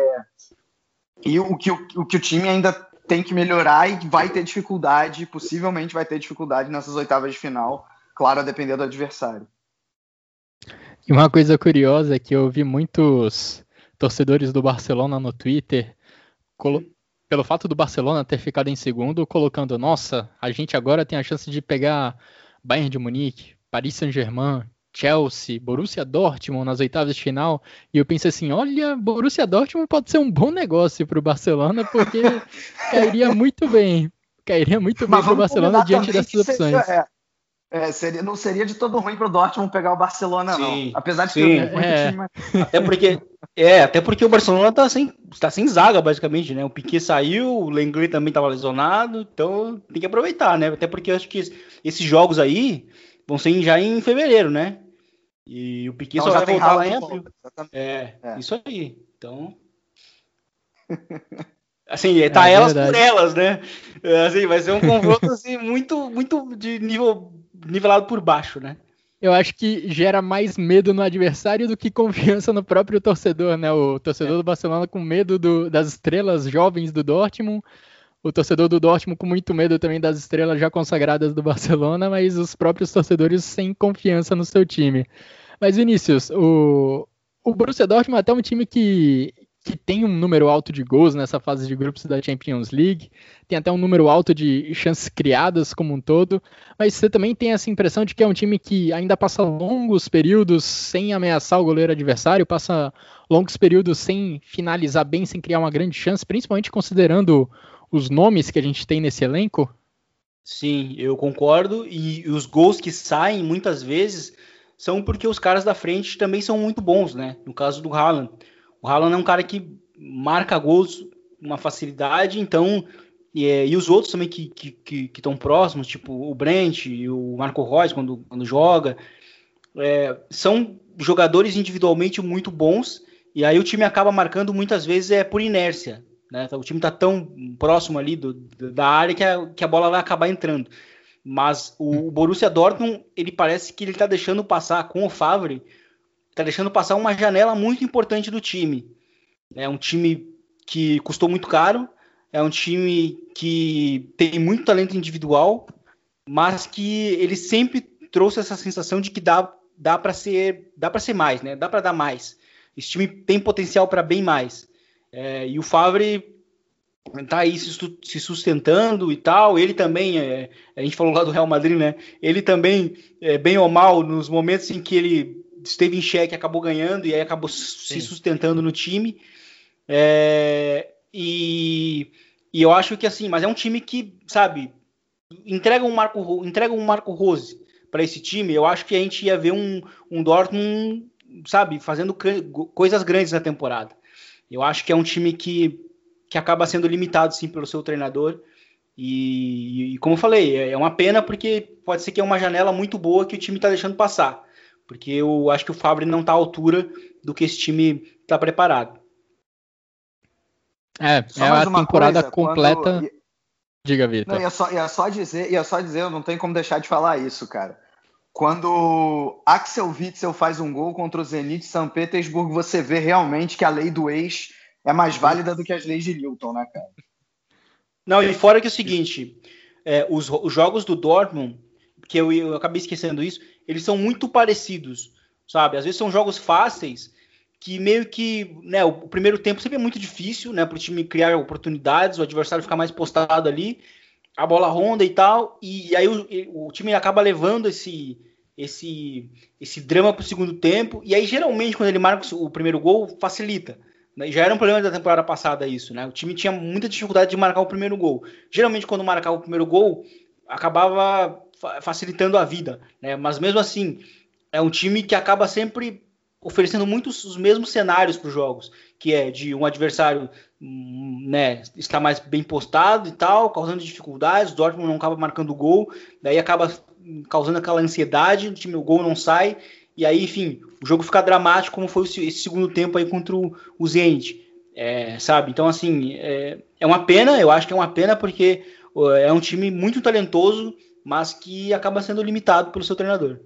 e o, que, o, o que o time ainda tem que melhorar e vai ter dificuldade, possivelmente vai ter dificuldade nessas oitavas de final, claro, a depender do adversário. E uma coisa curiosa é que eu vi muitos torcedores do Barcelona no Twitter, colo- pelo fato do Barcelona ter ficado em segundo, colocando, nossa, a gente agora tem a chance de pegar Bayern de Munique, Paris Saint-Germain, Chelsea, Borussia Dortmund nas oitavas de final, e eu pensei assim, olha, Borussia Dortmund pode ser um bom negócio para o Barcelona, porque cairia muito bem, cairia muito bem para o Barcelona diante dessas opções. Seria, é, é, seria, não seria de todo ruim para o Dortmund pegar o Barcelona, sim, não. Apesar de sim, ter muito é. time... Até porque, é, até porque o Barcelona tá sem, tá sem zaga, basicamente, né? O Piqué saiu, o Lenglet também estava lesionado, então tem que aproveitar, né? Até porque eu acho que esses jogos aí vão ser já em fevereiro, né? E o Piquet então, só vai voltar lá em abril. É, é, isso aí. Então. Assim, tá É elas verdade. por elas, né? Assim, vai ser um confronto assim, muito, muito de nível nivelado por baixo, né? Eu acho que gera mais medo no adversário do que confiança no próprio torcedor, né? O torcedor É. do Barcelona com medo do, das estrelas jovens do Dortmund, o torcedor do Dortmund com muito medo também das estrelas já consagradas do Barcelona, mas os próprios torcedores sem confiança no seu time. Mas, Vinícius, o, o Borussia Dortmund é até um time que, que tem um número alto de gols nessa fase de grupos da Champions League, tem até um número alto de chances criadas como um todo, mas você também tem essa impressão de que é um time que ainda passa longos períodos sem ameaçar o goleiro adversário, passa longos períodos sem finalizar bem, sem criar uma grande chance, principalmente considerando os nomes que a gente tem nesse elenco? Sim, eu concordo. E os gols que saem, muitas vezes, são porque os caras da frente também são muito bons, né? No caso do Haaland. O Haaland é um cara que marca gols com uma facilidade, então... E, e os outros também que estão que, que, que próximos, tipo o Brent e o Marco Reus, quando, quando joga, é, são jogadores individualmente muito bons, e aí o time acaba marcando muitas vezes é por inércia. Né? O time está tão próximo ali do, da área que a, que a bola vai acabar entrando. Mas o, o Borussia Dortmund, ele parece que ele está deixando passar, com o Favre, está deixando passar uma janela muito importante do time. É um time que custou muito caro, é um time que tem muito talento individual, mas que ele sempre trouxe essa sensação de que dá, dá para ser, dá para ser mais, né? Dá para dar mais. Esse time tem potencial para bem mais. É, e o Favre tá aí se, se sustentando e tal. Ele também, é, a gente falou lá do Real Madrid, né? Ele também, é, bem ou mal, nos momentos em que ele esteve em xeque, acabou ganhando e aí acabou Sim. se sustentando no time. É, e, e eu acho que assim, mas é um time que, sabe, entrega um Marco, entrega um Marco Rose para esse time. Eu acho que a gente ia ver um, um Dortmund, sabe, fazendo coisas grandes na temporada. Eu acho que é um time que, que acaba sendo limitado, sim, pelo seu treinador. E, e como eu falei, é uma pena porque pode ser que é uma janela muito boa que o time está deixando passar. Porque eu acho que o Favre não está à altura do que esse time está preparado. É, só é a temporada coisa, completa. Quando... Diga, Vitor. Ia só, ia só dizer, ia só dizer, eu não tenho como deixar de falar isso, cara. Quando Axel Witsel faz um gol contra o Zenit São Petersburgo, você vê realmente que a lei do ex é mais válida do que as leis de Newton, né, cara? Não, e fora que é o seguinte, é, os, os jogos do Dortmund, que eu, eu acabei esquecendo isso, eles são muito parecidos, sabe? Às vezes são jogos fáceis, que meio que, né, o primeiro tempo sempre é muito difícil, né, para o time criar oportunidades, o adversário ficar mais postado ali, a bola ronda e tal, e, e aí o, o time acaba levando esse, esse, esse drama para o segundo tempo, e aí geralmente quando ele marca o primeiro gol, facilita. Né? Já era um problema da temporada passada isso, né? O time tinha muita dificuldade de marcar o primeiro gol. Geralmente quando marcava o primeiro gol, acabava facilitando a vida, né? Mas mesmo assim, é um time que acaba sempre oferecendo muitos os mesmos cenários para os jogos, que é de um adversário, né, estar mais bem postado e tal, causando dificuldades, o Dortmund não acaba marcando gol, daí acaba causando aquela ansiedade, o time, o gol não sai, e aí, enfim, o jogo fica dramático, como foi esse segundo tempo aí contra o, o Zenit, é, sabe? Então, assim, é, é uma pena, eu acho que é uma pena, porque é um time muito talentoso, mas que acaba sendo limitado pelo seu treinador.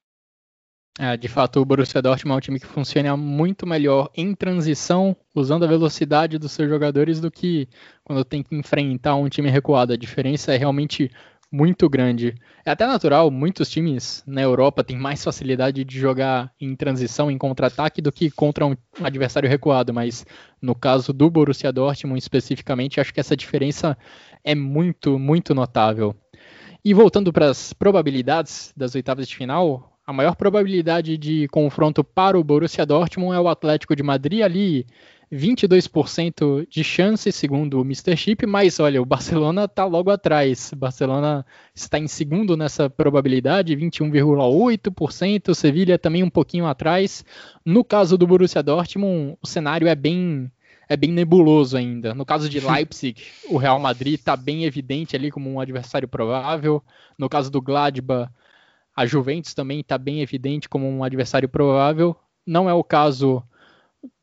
É, de fato, o Borussia Dortmund é um time que funciona muito melhor em transição, usando a velocidade dos seus jogadores, do que quando tem que enfrentar um time recuado. A diferença é realmente muito grande. É até natural, muitos times na Europa têm mais facilidade de jogar em transição, em contra-ataque, do que contra um adversário recuado, mas no caso do Borussia Dortmund especificamente, acho que essa diferença é muito, muito notável. E voltando para as probabilidades das oitavas de final, a maior probabilidade de confronto para o Borussia Dortmund é o Atlético de Madrid, ali vinte e dois por cento de chance, segundo o mister Chip, mas olha, o Barcelona está logo atrás. O Barcelona está em segundo nessa probabilidade, vinte e um vírgula oito por cento, o Sevilla também um pouquinho atrás. No caso do Borussia Dortmund, o cenário é bem, é bem nebuloso ainda. No caso de Leipzig, o Real Madrid está bem evidente ali como um adversário provável. No caso do Gladbach, a Juventus também está bem evidente como um adversário provável. Não é o caso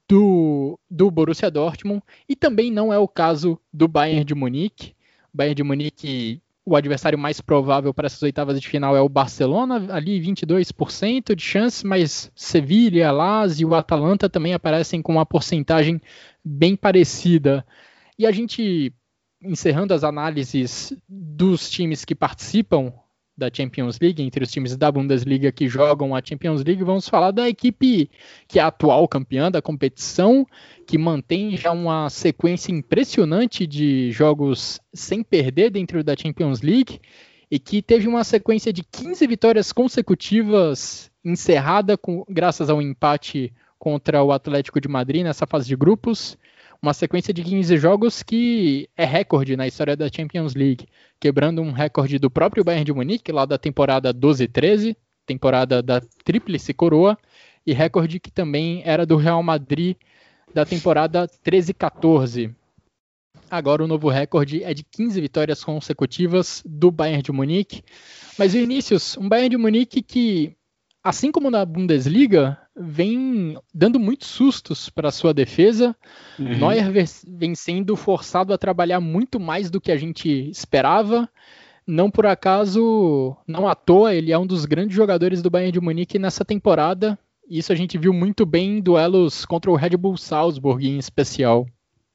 do, do Borussia Dortmund, e também não é o caso do Bayern de Munique. O Bayern de Munique, o adversário mais provável para essas oitavas de final é o Barcelona, ali vinte e dois por cento de chance, mas Sevilha, Lazio e o Atalanta também aparecem com uma porcentagem bem parecida. E a gente, encerrando as análises dos times que participam da Champions League, entre os times da Bundesliga que jogam a Champions League, vamos falar da equipe que é a atual campeã da competição, que mantém já uma sequência impressionante de jogos sem perder dentro da Champions League e que teve uma sequência de quinze vitórias consecutivas encerrada com, graças ao empate contra o Atlético de Madrid nessa fase de grupos. Uma sequência de quinze jogos que é recorde na história da Champions League, quebrando um recorde do próprio Bayern de Munique, lá da temporada doze treze, temporada da Tríplice Coroa, e recorde que também era do Real Madrid da temporada treze quatorze. Agora o novo recorde é de quinze vitórias consecutivas do Bayern de Munique. Mas, Vinícius, um Bayern de Munique que, assim como na Bundesliga, vem dando muitos sustos para a sua defesa. Uhum. Neuer vem sendo forçado a trabalhar muito mais do que a gente esperava. Não por acaso, não à toa, ele é um dos grandes jogadores do Bayern de Munique nessa temporada. Isso a gente viu muito bem em duelos contra o Red Bull Salzburg em especial.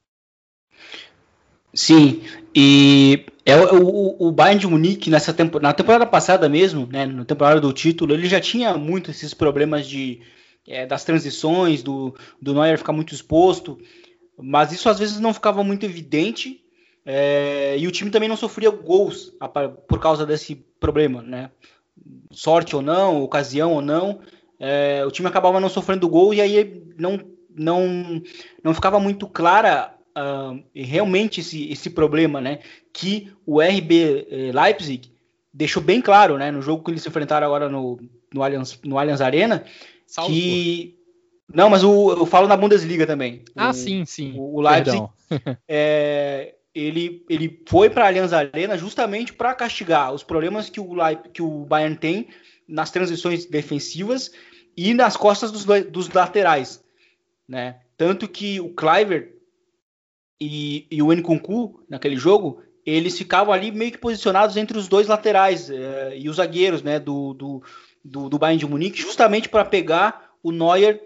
Sim, e é o, o Bayern de Munique nessa tempo, na temporada passada mesmo, né, na temporada do título, ele já tinha muito esses problemas de, é, das transições, do, do Neuer ficar muito exposto, mas isso às vezes não ficava muito evidente, é, e o time também não sofria gols a, por causa desse problema, né? Sorte ou não, ocasião ou não, é, o time acabava não sofrendo gol e aí não, não, não ficava muito clara Uh, realmente esse, esse problema, né, que o R B eh, Leipzig deixou bem claro, né, no jogo que eles se enfrentaram agora no, no, Allianz, no Allianz Arena, Salzburg. Que... Não, mas o, eu falo na Bundesliga também. Ah, o, sim, sim. O, o Leipzig, é, ele, ele foi para a Allianz Arena justamente para castigar os problemas que o, Leip, que o Bayern tem nas transições defensivas e nas costas dos, dos laterais, né, tanto que o Kluivert E, e o Nkunku, naquele jogo, eles ficavam ali meio que posicionados entre os dois laterais é, e os zagueiros, né, do, do, do, do Bayern de Munique, justamente para pegar o Neuer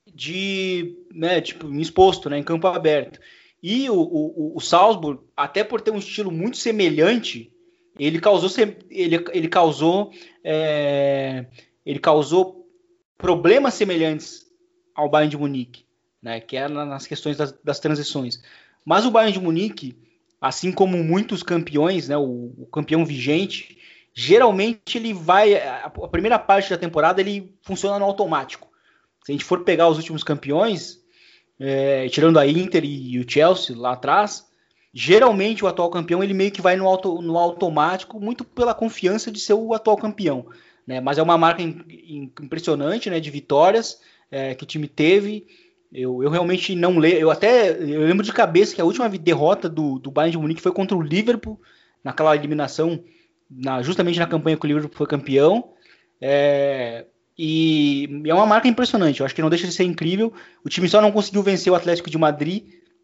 de, né, tipo, exposto, né, em campo aberto. E o, o, o Salzburg, até por ter um estilo muito semelhante, ele causou, ele, ele causou, é, ele causou problemas semelhantes ao Bayern de Munique, né, que é nas questões das, das transições. Mas o Bayern de Munique, assim como muitos campeões, né, o, o campeão vigente, geralmente ele vai, a, a primeira parte da temporada ele funciona no automático. Se a gente for pegar os últimos campeões, é, tirando a Inter e, e o Chelsea lá atrás, geralmente o atual campeão ele meio que vai no, auto, no automático, muito pela confiança de ser o atual campeão, né? Mas é uma marca in, in, impressionante, né, de vitórias é, que o time teve. Eu, eu realmente não lembro, eu até eu lembro de cabeça que a última derrota do, do Bayern de Munique foi contra o Liverpool, naquela eliminação, na, justamente na campanha que o Liverpool foi campeão, é, e é uma marca impressionante, eu acho que não deixa de ser incrível. O time só não conseguiu vencer o Atlético de Madrid,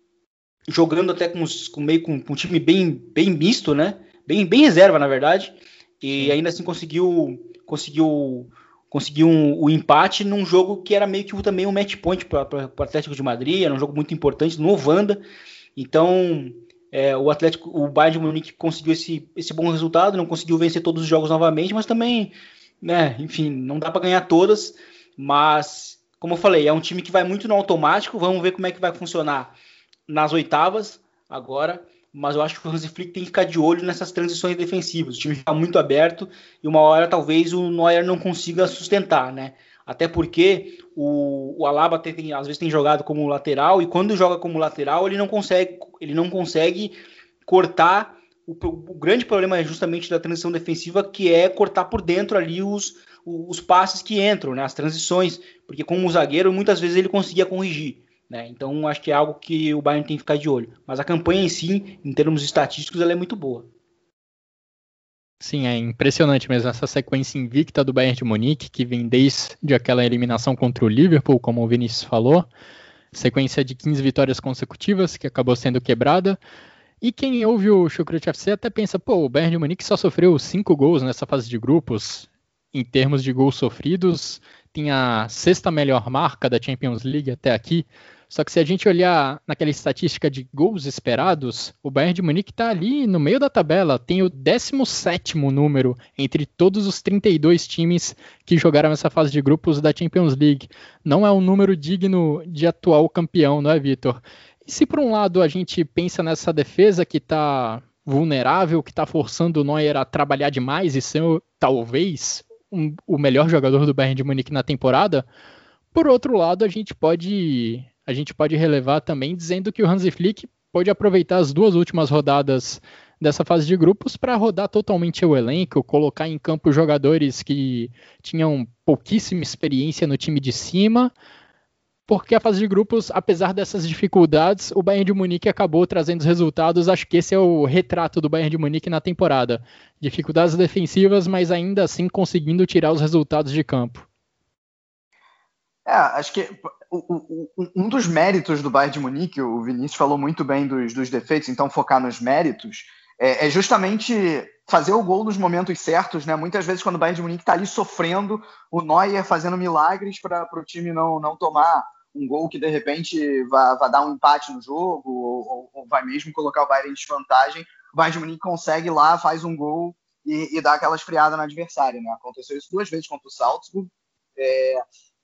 jogando até com, os, com meio com, com um time bem, bem misto, né? Bem, bem reserva, na verdade, e ainda assim conseguiu, conseguiu conseguiu um, o empate num jogo que era meio que também um match point para o Atlético de Madrid, era um jogo muito importante no Wanda. Então é, o Atlético, o Bayern de Munique conseguiu esse, esse bom resultado, não conseguiu vencer todos os jogos novamente, mas também, né, enfim, não dá para ganhar todas, mas como eu falei, é um time que vai muito no automático. Vamos ver como é que vai funcionar nas oitavas agora, mas eu acho que o Hansi Flick tem que ficar de olho nessas transições defensivas. O time fica muito aberto e uma hora talvez o Neuer não consiga sustentar, né? Até porque o, o Alaba tem, tem, às vezes tem jogado como lateral, e quando joga como lateral ele não consegue, ele não consegue cortar. O, o grande problema é justamente da transição defensiva, que é cortar por dentro ali os, os passes que entram, né? As transições, porque como zagueiro muitas vezes ele conseguia corrigir, né? Então acho que é algo que o Bayern tem que ficar de olho. Mas a campanha em si, em termos estatísticos, ela é muito boa. Sim, é impressionante mesmo essa sequência invicta do Bayern de Munique, que vem desde aquela eliminação contra o Liverpool, como o Vinícius falou. sequência de quinze vitórias consecutivas, que acabou sendo quebrada. E quem ouve o Chucrute F C até pensa, pô, o Bayern de Munique só sofreu cinco gols nessa fase de grupos. Em termos de gols sofridos, tem a sexta melhor marca da Champions League até aqui. Só que se a gente olhar naquela estatística de gols esperados, o Bayern de Munique está ali no meio da tabela, tem o décimo sétimo número entre todos os trinta e dois times que jogaram essa fase de grupos da Champions League. Não é um número digno de atual campeão, não é, Vitor? E se por um lado a gente pensa nessa defesa que está vulnerável, que está forçando o Neuer a trabalhar demais e ser talvez um, o melhor jogador do Bayern de Munique na temporada, por outro lado a gente pode... A gente pode relevar também dizendo que o Hansi Flick pode aproveitar as duas últimas rodadas dessa fase de grupos para rodar totalmente o elenco, colocar em campo jogadores que tinham pouquíssima experiência no time de cima, porque a fase de grupos, apesar dessas dificuldades, o Bayern de Munique acabou trazendo os resultados. Acho que esse é o retrato do Bayern de Munique na temporada. Dificuldades defensivas, mas ainda assim conseguindo tirar os resultados de campo. É, acho que o, o, um dos méritos do Bayern de Munique, o Vinícius falou muito bem dos, dos defeitos, então focar nos méritos, é, é justamente fazer o gol nos momentos certos, né? Muitas vezes quando o Bayern de Munique está ali sofrendo, o Neuer fazendo milagres para o time não, não tomar um gol que de repente vai, vai dar um empate no jogo, ou, ou vai mesmo colocar o Bayern em desvantagem, o Bayern de Munique consegue ir lá, faz um gol e, e dá aquela esfriada no adversário, né? Aconteceu isso duas vezes contra o Salzburg, é,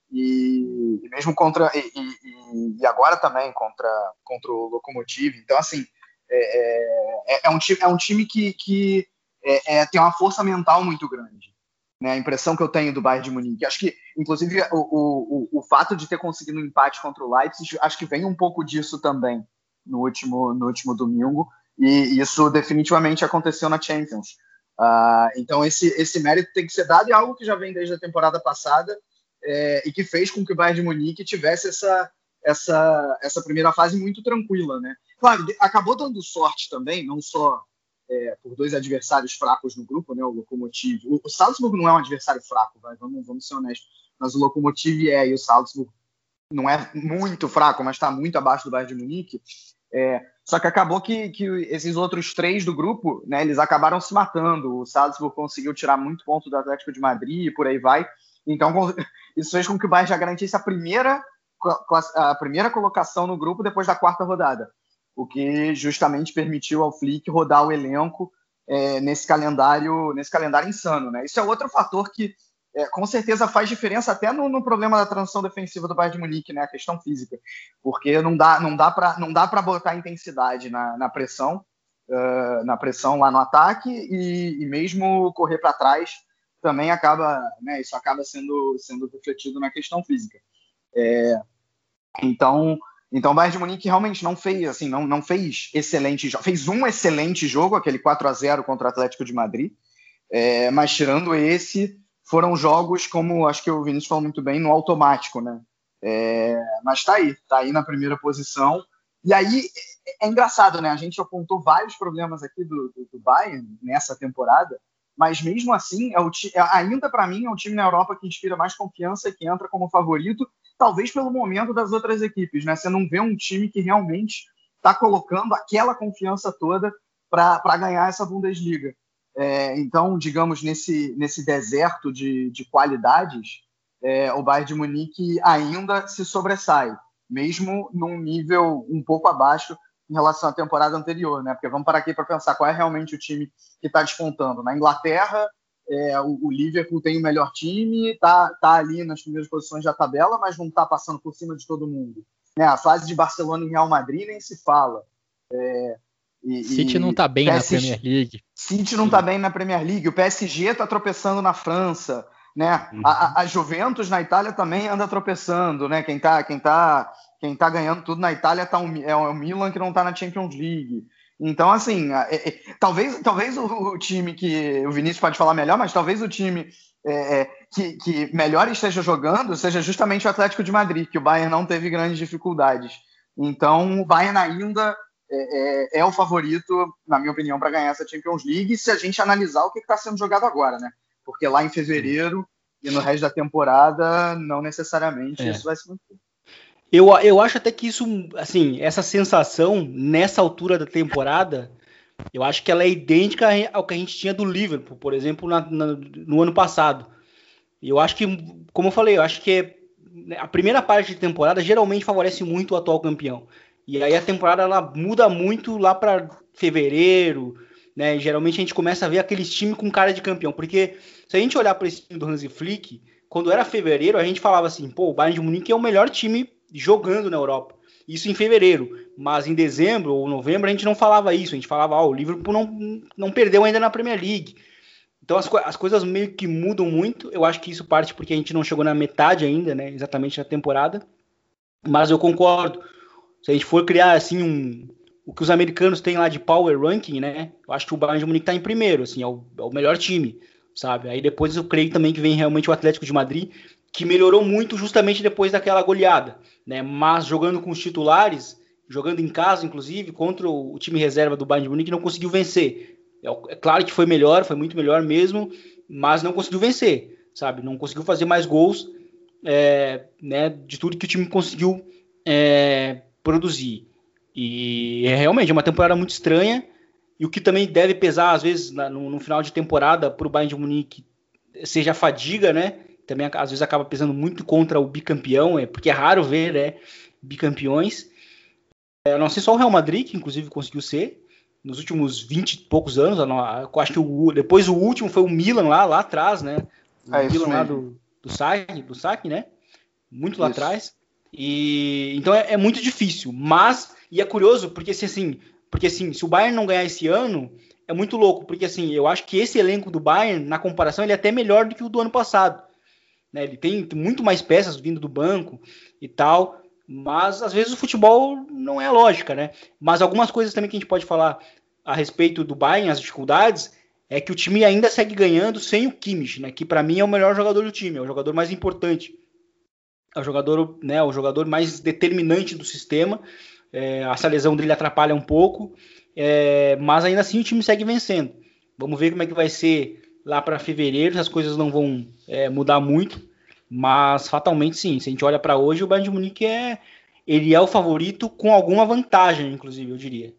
E, e mesmo contra e, e, e agora também contra, contra o Lokomotiv. Então assim é, é, é, um, time, é um time que, que é, é, tem uma força mental muito grande, né? A impressão que eu tenho do Bayern de Munique, acho que inclusive o, o, o fato de ter conseguido um empate contra o Leipzig, acho que vem um pouco disso também no último, no último domingo, e isso definitivamente aconteceu na Champions. Uh, então esse, esse mérito tem que ser dado, e algo que já vem desde a temporada passada. É, e que fez com que o Bayern de Munique tivesse essa, essa, essa primeira fase muito tranquila, né? Claro, acabou dando sorte também, não só é, por dois adversários fracos no grupo, né? O Lokomotiv. O, o Salzburg não é um adversário fraco, vai, vamos, vamos ser honestos, mas o Lokomotiv é, e o Salzburg não é muito fraco, mas está muito abaixo do Bayern de Munique. É, só que acabou que, que esses outros três do grupo, né, eles acabaram se matando. O Salzburg conseguiu tirar muito ponto do Atlético de Madrid e por aí vai. Então, isso fez com que o Bayern já garantisse a primeira, a primeira colocação no grupo depois da quarta rodada, o que justamente permitiu ao Flick rodar o elenco é, nesse calendário, nesse calendário insano, né? Isso é outro fator que, é, com certeza, faz diferença até no, no problema da transição defensiva do Bayern de Munique, né? A questão física, porque não dá, não dá para não dá para botar intensidade na, na pressão, uh, na pressão lá no ataque e, e mesmo correr para trás. Também acaba, né, isso acaba sendo, sendo refletido na questão física. É, então, então o Bayern de Munique realmente não fez, assim, não, não fez excelente jogo. Fez um excelente jogo, aquele quatro a zero contra o Atlético de Madrid, é, mas tirando esse, foram jogos, como acho que o Vinícius falou muito bem, no automático, né? É, mas tá aí, tá aí na primeira posição. E aí, é, é engraçado, né? A gente apontou vários problemas aqui do, do, do Bayern nessa temporada, mas mesmo assim, é o ti- ainda para mim é o time na Europa que inspira mais confiança e que entra como favorito, talvez pelo momento das outras equipes, né? Você não vê um time que realmente está colocando aquela confiança toda para ganhar essa Bundesliga. É, então, digamos, nesse, nesse deserto de, de qualidades, é, o Bayern de Munique ainda se sobressai, mesmo num nível um pouco abaixo em relação à temporada anterior, né? Porque vamos parar aqui para pensar qual é realmente o time que está despontando. Na Inglaterra, é, o, o Liverpool tem o melhor time, está tá ali nas primeiras posições da tabela, mas não está passando por cima de todo mundo. Né? A fase de Barcelona e Real Madrid nem se fala. É, e, City não está bem P S G, na Premier League. City não está bem na Premier League. O P S G está tropeçando na França. Né? Uhum. A, a Juventus na Itália também anda tropeçando. Né? Quem está quem tá, quem tá ganhando tudo na Itália tá um, é o Milan, que não está na Champions League. Então, assim, é, é, talvez, talvez o, o time que o Vinícius pode falar melhor, mas talvez o time é, que, que melhor esteja jogando seja justamente o Atlético de Madrid, que o Bayern não teve grandes dificuldades. Então, o Bayern ainda é, é, é o favorito, na minha opinião, para ganhar essa Champions League, se a gente analisar o que está sendo jogado agora, né? Porque lá em fevereiro e no resto da temporada, não necessariamente é. isso vai se manter. Eu, eu acho até que isso, assim, essa sensação nessa altura da temporada, eu acho que ela é idêntica ao que a gente tinha do Liverpool, por exemplo, na, na, no ano passado. Eu acho que, como eu falei, eu acho que a primeira parte de temporada geralmente favorece muito o atual campeão. E aí a temporada ela muda muito lá para fevereiro, né? E geralmente a gente começa a ver aqueles times com cara de campeão, porque se a gente olhar para esse time do Hansi Flick, quando era fevereiro a gente falava assim, pô, o Bayern de Munique é o melhor time jogando na Europa. Isso em fevereiro, mas em dezembro ou novembro a gente não falava isso, a gente falava, ó, oh, o Liverpool não, não perdeu ainda na Premier League. Então as, as coisas meio que mudam muito, eu acho que isso parte porque a gente não chegou na metade ainda, né, exatamente na temporada, mas eu concordo, se a gente for criar assim um, o que os americanos têm lá de power ranking, né, eu acho que o Bayern de Munique tá em primeiro, assim, é o, é o melhor time, sabe, aí depois eu creio também que vem realmente o Atlético de Madrid, que melhorou muito justamente depois daquela goleada, né? Mas jogando com os titulares, jogando em casa, inclusive, contra o time reserva do Bayern de Munique, não conseguiu vencer. É claro que foi melhor, foi muito melhor mesmo, mas não conseguiu vencer, sabe? Não conseguiu fazer mais gols, é, né, de tudo que o time conseguiu é, produzir. E é realmente uma temporada muito estranha, e o que também deve pesar, às vezes, no, no final de temporada, para o Bayern de Munique, seja a fadiga, né? Também às vezes acaba pesando muito contra o bicampeão, é, porque é raro ver, né, bicampeões. É, não sei só o Real Madrid, que inclusive conseguiu ser, nos últimos vinte e poucos anos, eu acho que o, depois o último foi o Milan lá, lá atrás, né, o é Milan lá do, do Sarri, do Sarri, né, muito lá isso. atrás, e então é, é muito difícil, mas, e é curioso, porque assim, assim, porque assim, se o Bayern não ganhar esse ano, é muito louco, porque assim, eu acho que esse elenco do Bayern, na comparação, ele é até melhor do que o do ano passado. Né, ele tem muito mais peças vindo do banco e tal, mas às vezes o futebol não é a lógica, né? Mas algumas coisas também que a gente pode falar a respeito do Bayern, as dificuldades, é que o time ainda segue ganhando sem o Kimmich, né? Que para mim é o melhor jogador do time, é o jogador mais importante, é o jogador, né, o jogador mais determinante do sistema. É, essa lesão dele atrapalha um pouco, é, mas ainda assim o time segue vencendo. Vamos ver como é que vai ser lá para fevereiro, as coisas não vão é, mudar muito, mas fatalmente sim, se a gente olha para hoje, o Bayern de Munique é, ele é o favorito com alguma vantagem, inclusive, eu diria.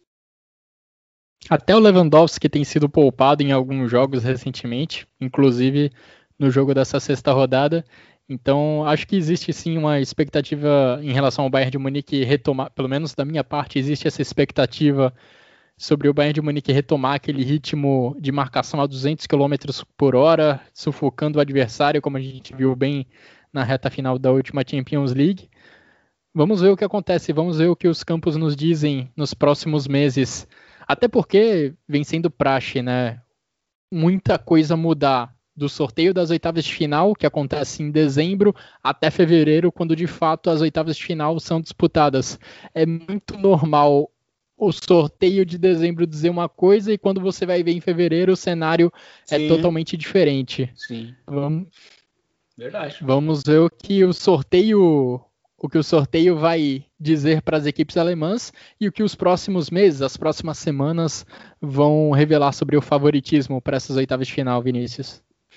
Até o Lewandowski tem sido poupado em alguns jogos recentemente, inclusive no jogo dessa sexta rodada, então acho que existe sim uma expectativa em relação ao Bayern de Munique retomar, pelo menos da minha parte, existe essa expectativa sobre o Bayern de Munique retomar aquele ritmo de marcação a duzentos quilômetros por hora, sufocando o adversário, como a gente viu bem na reta final da última Champions League. Vamos ver o que acontece, vamos ver o que os campos nos dizem nos próximos meses. Até porque vem sendo praxe, né? Muita coisa mudar do sorteio das oitavas de final, que acontece em dezembro, até fevereiro, quando de fato as oitavas de final são disputadas. É muito normal o sorteio de dezembro dizer uma coisa e quando você vai ver em fevereiro o cenário Sim. é totalmente diferente. Sim. Vamos, Verdade. Vamos ver o que o sorteio, o que o sorteio vai dizer para as equipes alemãs e o que os próximos meses, as próximas semanas vão revelar sobre o favoritismo para essas oitavas de final, Vinícius.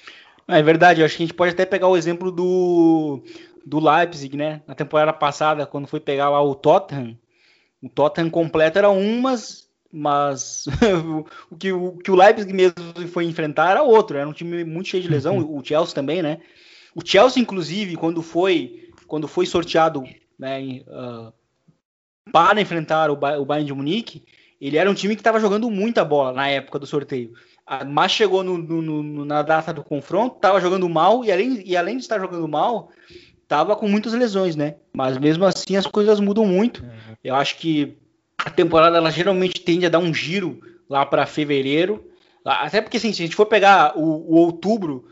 É verdade, eu acho que a gente pode até pegar o exemplo do, do Leipzig, né? Na temporada passada, quando foi pegar lá o Tottenham, o Tottenham completo era um, mas, mas o, que, o que o Leipzig mesmo foi enfrentar era outro. Era um time muito cheio de lesão, uhum. O Chelsea também, né? O Chelsea, inclusive, quando foi, quando foi sorteado, né, uh, para enfrentar o, o Bayern de Munique, ele era um time que estava jogando muita bola na época do sorteio. Mas chegou no, no, no, na data do confronto, estava jogando mal, e além, e além de estar jogando mal, tava com muitas lesões, né? Mas mesmo assim as coisas mudam muito. Uhum. Eu acho que a temporada ela geralmente tende a dar um giro lá para fevereiro. Até porque assim, se a gente for pegar o, o outubro,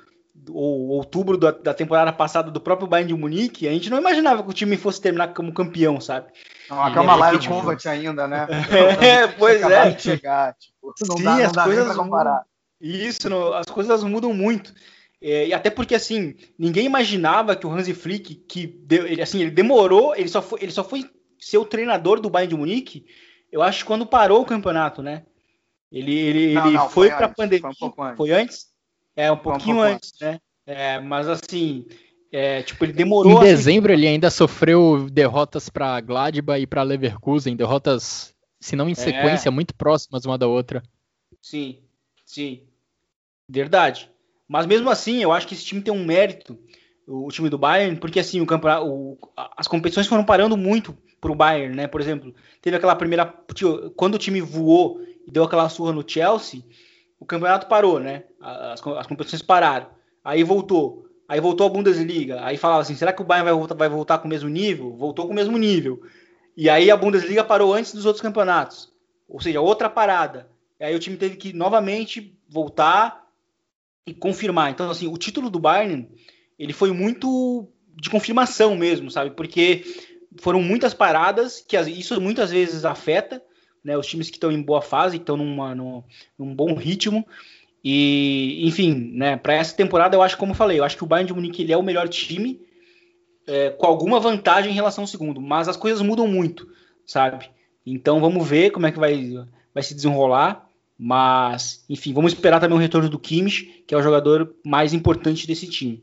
o outubro da, da temporada passada do próprio Bayern de Munique, a gente não imaginava que o time fosse terminar como campeão, sabe? Não, calma lá, o Kovac ainda, né? É, pois é. De chegar, tipo, não Sim, dá, não as dá coisas nem pra comparar. Isso, não, as coisas mudam muito. É, e até porque, assim, ninguém imaginava que o Hansi Flick, que deu, ele, assim, ele demorou, ele só, foi, ele só foi ser o treinador do Bayern de Munique, eu acho, quando parou o campeonato, né? Ele, ele, não, ele não, foi, foi para a antes, pandemia. Foi um pouco antes. Foi antes? É, um pouquinho um pouco antes, antes, né? É, mas, assim, É, tipo, ele demorou... Em dezembro a... ele ainda sofreu derrotas para Gladbach e para Leverkusen, derrotas, se não em sequência, é. muito próximas uma da outra. Sim, sim. Verdade. Mas mesmo assim, eu acho que esse time tem um mérito, o time do Bayern, porque assim, o campeonato, o, as competições foram parando muito pro Bayern, né? Por exemplo, teve aquela primeira... Quando o time voou e deu aquela surra no Chelsea, o campeonato parou, né? As, as competições pararam. Aí voltou. Aí voltou a Bundesliga. Aí falava assim, será que o Bayern vai voltar, vai voltar com o mesmo nível? Voltou com o mesmo nível. E aí a Bundesliga parou antes dos outros campeonatos. Ou seja, outra parada. E aí o time teve que novamente voltar e confirmar. Então, assim, o título do Bayern, ele foi muito de confirmação mesmo, sabe? Porque foram muitas paradas que isso muitas vezes afeta, né, os times que estão em boa fase, que estão numa, num, num bom ritmo. E, enfim, né, para essa temporada, eu acho, como eu falei, eu acho que o Bayern de Munique ele é o melhor time, é, com alguma vantagem em relação ao segundo, mas as coisas mudam muito, sabe? Então vamos ver como é que vai, vai se desenrolar, mas, enfim, vamos esperar também o retorno do Kimmich, que é o jogador mais importante desse time.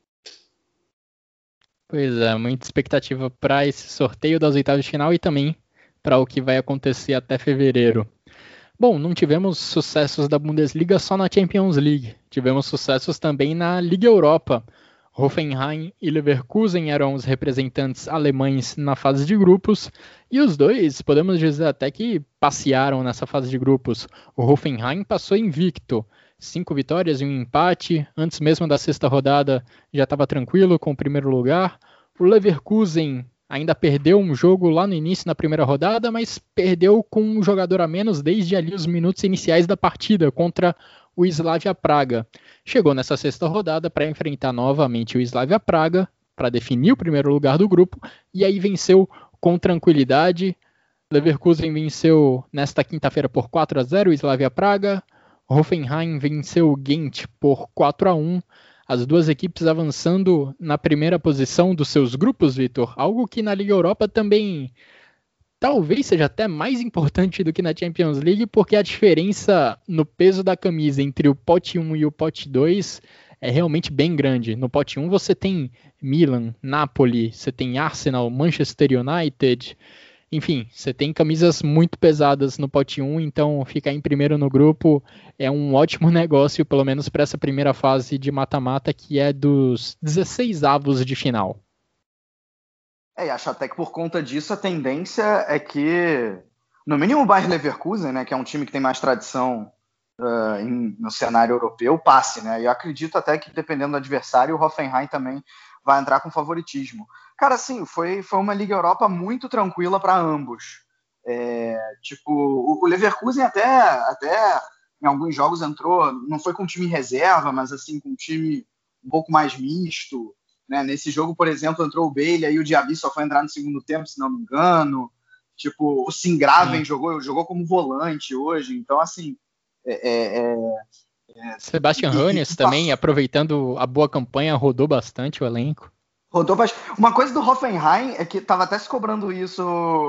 Pois é, muita expectativa para esse sorteio das oitavas de final e também para o que vai acontecer até fevereiro. Bom, não tivemos sucessos da Bundesliga só na Champions League. Tivemos sucessos também na Liga Europa. Hoffenheim e Leverkusen eram os representantes alemães na fase de grupos. E os dois, podemos dizer até que passearam nessa fase de grupos. O Hoffenheim passou invicto. Cinco vitórias e um empate. Antes mesmo da sexta rodada já estava tranquilo com o primeiro lugar. O Leverkusen ainda perdeu um jogo lá no início, na primeira rodada, mas perdeu com um jogador a menos desde ali os minutos iniciais da partida contra o Slavia Praga. Chegou nessa sexta rodada para enfrentar novamente o Slavia Praga, para definir o primeiro lugar do grupo, e aí venceu com tranquilidade. Leverkusen venceu nesta quinta-feira por quatro a zero o Slavia Praga. Hoffenheim venceu o Ghent por quatro a um. As duas equipes avançando na primeira posição dos seus grupos, Vitor. Algo que na Liga Europa também talvez seja até mais importante do que na Champions League, porque a diferença no peso da camisa entre o pote um e o pote dois é realmente bem grande. No pote um você tem Milan, Napoli, você tem Arsenal, Manchester United. Enfim, você tem camisas muito pesadas no pote um, então ficar em primeiro no grupo é um ótimo negócio, pelo menos para essa primeira fase de mata-mata, que é dos dezesseis avos de final. É, e acho até que por conta disso a tendência é que, no mínimo o Bayer Leverkusen, né, que é um time que tem mais tradição uh, em, no cenário europeu, passe, né? E eu acredito até que, dependendo do adversário, o Hoffenheim também vai entrar com favoritismo. Cara, assim, foi, foi uma Liga Europa muito tranquila para ambos. É, tipo, o, o Leverkusen até, até em alguns jogos entrou, não foi com time reserva, mas assim, com um time um pouco mais misto. Né? Nesse jogo, por exemplo, entrou o Bailey, aí o Diaby só foi entrar no segundo tempo, se não me engano. Tipo, o Singraven jogou, jogou como volante hoje. Então, assim... É, é, é, Sebastian Hoeneß também, aproveitando a boa campanha, rodou bastante o elenco. Rodou bastante. Uma coisa do Hoffenheim é que estava até se cobrando isso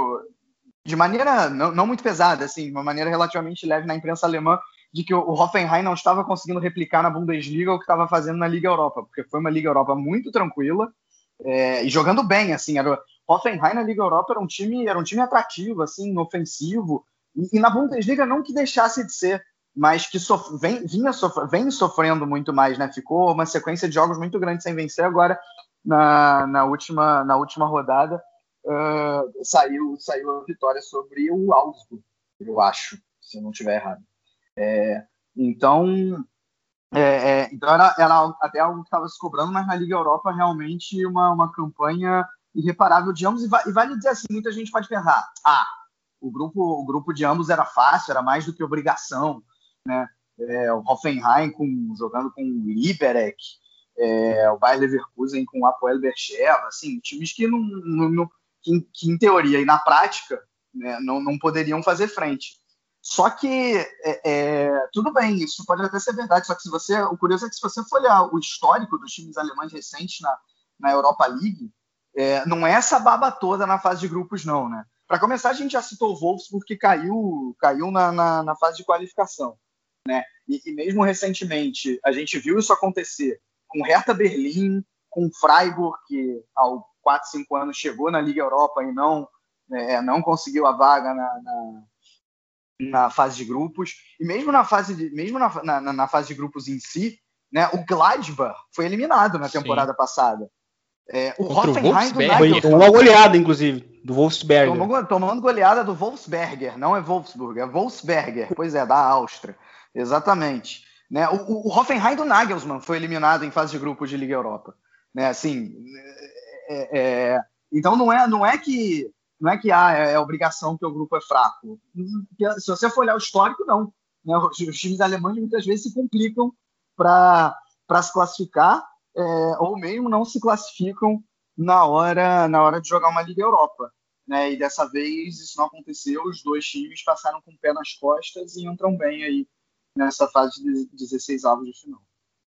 de maneira não, não muito pesada, assim, de uma maneira relativamente leve na imprensa alemã, de que o Hoffenheim não estava conseguindo replicar na Bundesliga o que estava fazendo na Liga Europa, porque foi uma Liga Europa muito tranquila é, e jogando bem, assim. Era, o Hoffenheim na Liga Europa era um time, era um time atrativo, assim, ofensivo, e, e na Bundesliga não que deixasse de ser, mas que sof- vem, vinha sof- vem sofrendo muito mais, né? Ficou uma sequência de jogos muito grande sem vencer. Agora, na, na, última, na última rodada, uh, saiu, saiu a vitória sobre o Augsburg, eu acho, se eu não estiver errado. É, então, é, é, então era, era até algo que estava se cobrando, mas na Liga Europa realmente uma, uma campanha irreparável de ambos. E, va- e vale dizer assim, muita gente pode pensar, ah, o grupo, o grupo de ambos era fácil, era mais do que obrigação, né? É, o Hoffenheim com, jogando com o Liberec, é, o Bayer Leverkusen com o Apoel Beersheva, assim, times que, não, não, que, que em teoria e na prática, né, não, não poderiam fazer frente. Só que é, é, tudo bem, isso pode até ser verdade, só que se você, o curioso é que se você for olhar o histórico dos times alemães recentes na, na Europa League, é, não é essa baba toda na fase de grupos não, né? Para começar, a gente já citou o Wolfsburg, que caiu, caiu na, na, na fase de qualificação, né? E, e mesmo recentemente, a gente viu isso acontecer com Hertha Berlim, com o Freiburg, que há quatro, cinco anos chegou na Liga Europa e não, é, não conseguiu a vaga na, na, na fase de grupos. E mesmo na fase de, mesmo na, na, na fase de grupos em si, né, o Gladbach foi eliminado na temporada Sim. passada. É, o Contra Hoffenheim o do Nagelsmann. Tomou uma goleada, inclusive, do Wolfsberger. Tomou, tomando goleada do Wolfsberger, não é Wolfsburg, é Wolfsberger, pois é, da Áustria. Exatamente. Né, o, o Hoffenheim do Nagelsmann foi eliminado em fase de grupos de Liga Europa. Né, assim, é, é, então não é, não é que, não é, que ah, é obrigação que o grupo é fraco. Se você for olhar o histórico, não. Né, os, os times alemães muitas vezes se complicam para se classificar, é, ou mesmo não se classificam na hora, na hora de jogar uma Liga Europa. Né? E dessa vez isso não aconteceu, os dois times passaram com o pé nas costas e entram bem aí nessa fase de dezesseis avos de final.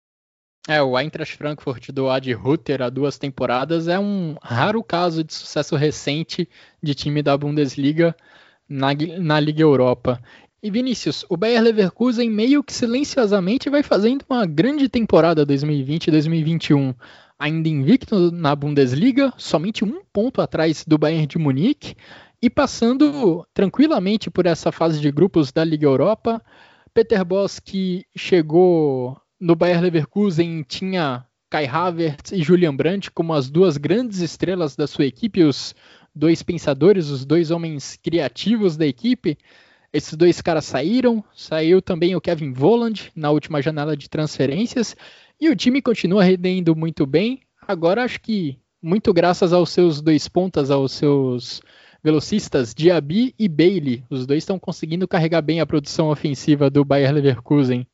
É, o Eintracht Frankfurt do Adi Hütter há duas temporadas é um raro caso de sucesso recente de time da Bundesliga na, na Liga Europa. E Vinícius, o Bayer Leverkusen meio que silenciosamente vai fazendo uma grande temporada dois mil e vinte e dois mil e vinte e um. Ainda invicto na Bundesliga, somente um ponto atrás do Bayern de Munique e passando tranquilamente por essa fase de grupos da Liga Europa. Peter Bosz, que chegou no Bayer Leverkusen, tinha Kai Havertz e Julian Brandt como as duas grandes estrelas da sua equipe, os dois pensadores, os dois homens criativos da equipe. Esses dois caras saíram, saiu também o Kevin Volland na última janela de transferências e o time continua rendendo muito bem. Agora acho que muito graças aos seus dois pontas, aos seus velocistas Diaby e Bailey. Os dois estão conseguindo carregar bem a produção ofensiva do Bayer Leverkusen.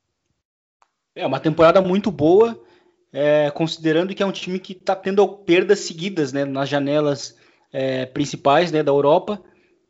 É uma temporada muito boa, é, considerando que é um time que está tendo perdas seguidas, né, nas janelas é, principais, né, da Europa.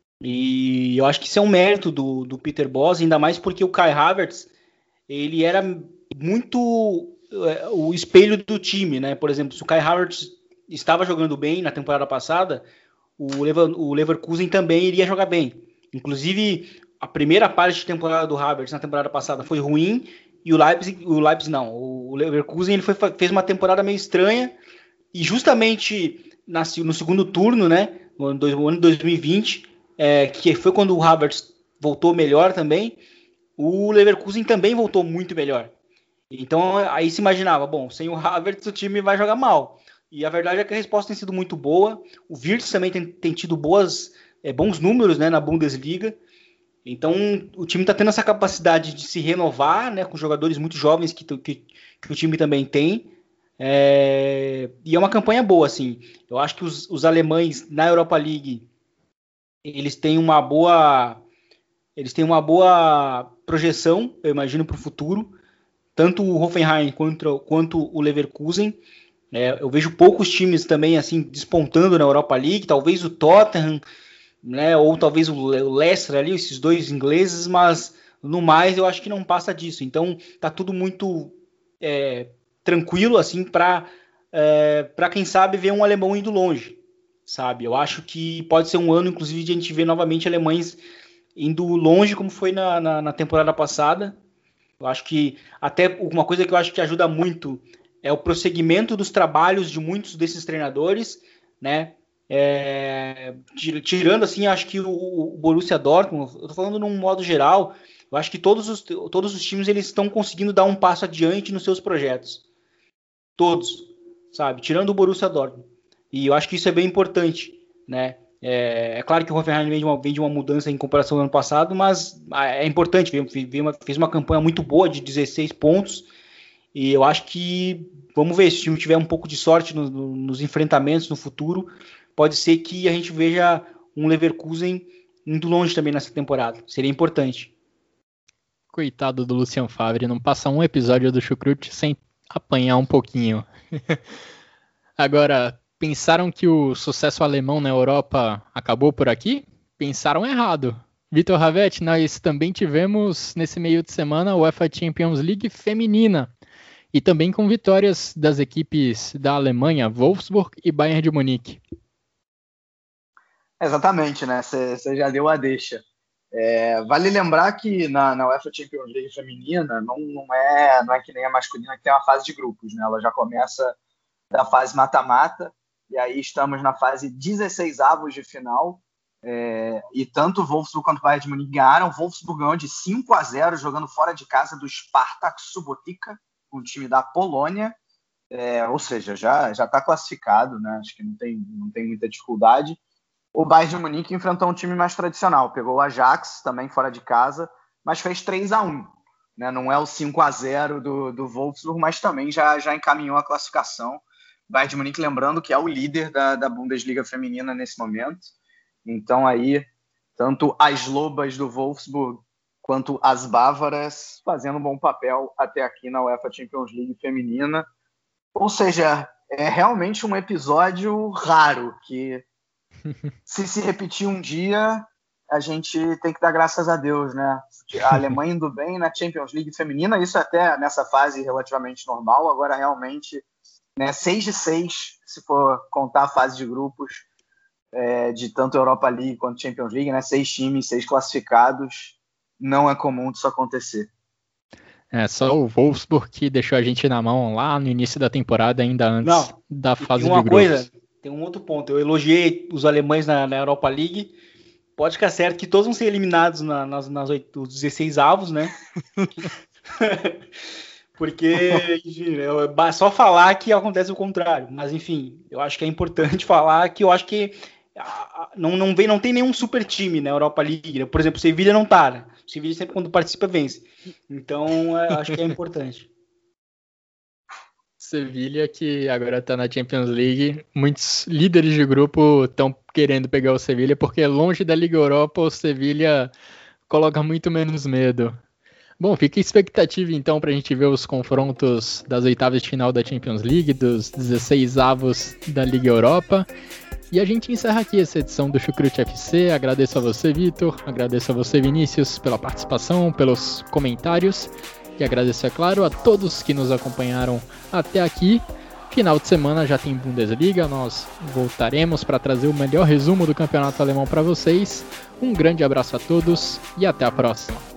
E eu acho que isso é um mérito do, do Peter Bosz, ainda mais porque o Kai Havertz, ele era muito é, o espelho do time, né? Por exemplo, se o Kai Havertz estava jogando bem na temporada passada, o, Lever, o Leverkusen também iria jogar bem. Inclusive, a primeira parte de temporada do Havertz na temporada passada foi ruim, e o Leipzig, o Leipzig não, o Leverkusen ele foi, fez uma temporada meio estranha, e justamente na, no segundo turno, né, no ano de dois mil e vinte, É, que foi quando o Havertz voltou melhor também, o Leverkusen também voltou muito melhor. Então aí se imaginava, bom, sem o Havertz o time vai jogar mal. E a verdade é que a resposta tem sido muito boa. O Wirtz também tem, tem tido boas, é, bons números, né, na Bundesliga. Então o time está tendo essa capacidade de se renovar, né, com jogadores muito jovens que, que, que o time também tem. É, e é uma campanha boa, assim. Eu acho que os, os alemães na Europa League eles têm uma boa eles têm uma boa projeção, eu imagino, para o futuro, tanto o Hoffenheim quanto, quanto o Leverkusen. É, eu vejo poucos times também assim despontando na Europa League, talvez o Tottenham, né, ou talvez o Leicester ali, esses dois ingleses, mas no mais eu acho que não passa disso. Então tá tudo muito é, tranquilo assim para é, para quem sabe ver um alemão indo longe. Sabe, eu acho que pode ser um ano, inclusive, de a gente ver novamente alemães indo longe, como foi na, na, na temporada passada. Eu acho que até uma coisa que eu acho que ajuda muito é o prosseguimento dos trabalhos de muitos desses treinadores, né? É, tirando assim, acho que o, o Borussia Dortmund, eu tô falando num modo geral, eu acho que todos os, todos os times eles estão conseguindo dar um passo adiante nos seus projetos. Todos, sabe? Tirando o Borussia Dortmund. E eu acho que isso é bem importante, né? É, é claro que o Hoffenheim vem de, uma, vem de uma mudança em comparação ao ano passado, mas é importante, vem, vem uma, fez uma campanha muito boa de dezesseis pontos, e eu acho que, vamos ver, se o time tiver um pouco de sorte no, no, nos enfrentamentos no futuro, pode ser que a gente veja um Leverkusen indo longe também nessa temporada, seria importante. Coitado do Lucien Favre, não passa um episódio do Chucrute sem apanhar um pouquinho. Agora, pensaram que o sucesso alemão na Europa acabou por aqui? Pensaram errado. Vitor Ravetti, nós também tivemos nesse meio de semana a UEFA Champions League feminina e também com vitórias das equipes da Alemanha, Wolfsburg e Bayern de Munique. Exatamente, né? Você já deu a deixa. É, vale lembrar que na, na UEFA Champions League feminina não, não, é, não é que nem a masculina que tem uma fase de grupos, né? Ela já começa da fase mata-mata, e aí estamos na fase dezesseis avos de final, é, e tanto o Wolfsburg quanto o Bayern de Munique ganharam. O Wolfsburg ganhou de cinco a zero, jogando fora de casa do Spartak Subotica, um time da Polônia, é, ou seja, já já está classificado, né? Acho que não tem, não tem muita dificuldade. O Bayern de Munique enfrentou um time mais tradicional, pegou o Ajax, também fora de casa, mas fez três a um. Né? Não é o cinco a zero do, do Wolfsburg, mas também já, já encaminhou a classificação. O Bayern de Munique, lembrando que é o líder da, da Bundesliga feminina nesse momento. Então aí, tanto as lobas do Wolfsburg quanto as bávaras fazendo um bom papel até aqui na UEFA Champions League feminina. Ou seja, é realmente um episódio raro, que se se repetir um dia, a gente tem que dar graças a Deus, né? A Alemanha indo bem na Champions League feminina, isso até nessa fase relativamente normal. Agora realmente, né, seis de seis, se for contar a fase de grupos, é, de tanto Europa League quanto Champions League, né? Seis times, seis classificados, não é comum disso acontecer. É, só o Wolfsburg que deixou a gente na mão lá no início da temporada, ainda antes Não, da fase de grupos. Coisa, tem um outro ponto, eu elogiei os alemães na, na Europa League, pode ficar certo que todos vão ser eliminados na, nas, nas oito, dezesseis avos, né? Porque, enfim, é só falar que acontece o contrário, mas enfim, eu acho que é importante falar que eu acho que não, não, vem, não tem nenhum super time na Europa League, né? Por exemplo, o Sevilha não tá, né? O Sevilha sempre quando participa vence, então é, acho que é importante. Sevilha, que agora tá na Champions League, muitos líderes de grupo estão querendo pegar o Sevilha, porque longe da Liga Europa o Sevilha coloca muito menos medo. Bom, fica a expectativa então pra gente ver os confrontos das oitavas de final da Champions League, dos dezesseis avos da Liga Europa. E a gente encerra aqui essa edição do Chucrute F C. Agradeço a você, Vitor, agradeço a você, Vinícius, pela participação, pelos comentários. E agradeço, é claro, a todos que nos acompanharam até aqui. Final de semana já tem Bundesliga, nós voltaremos para trazer o melhor resumo do campeonato alemão para vocês. Um grande abraço a todos e até a próxima.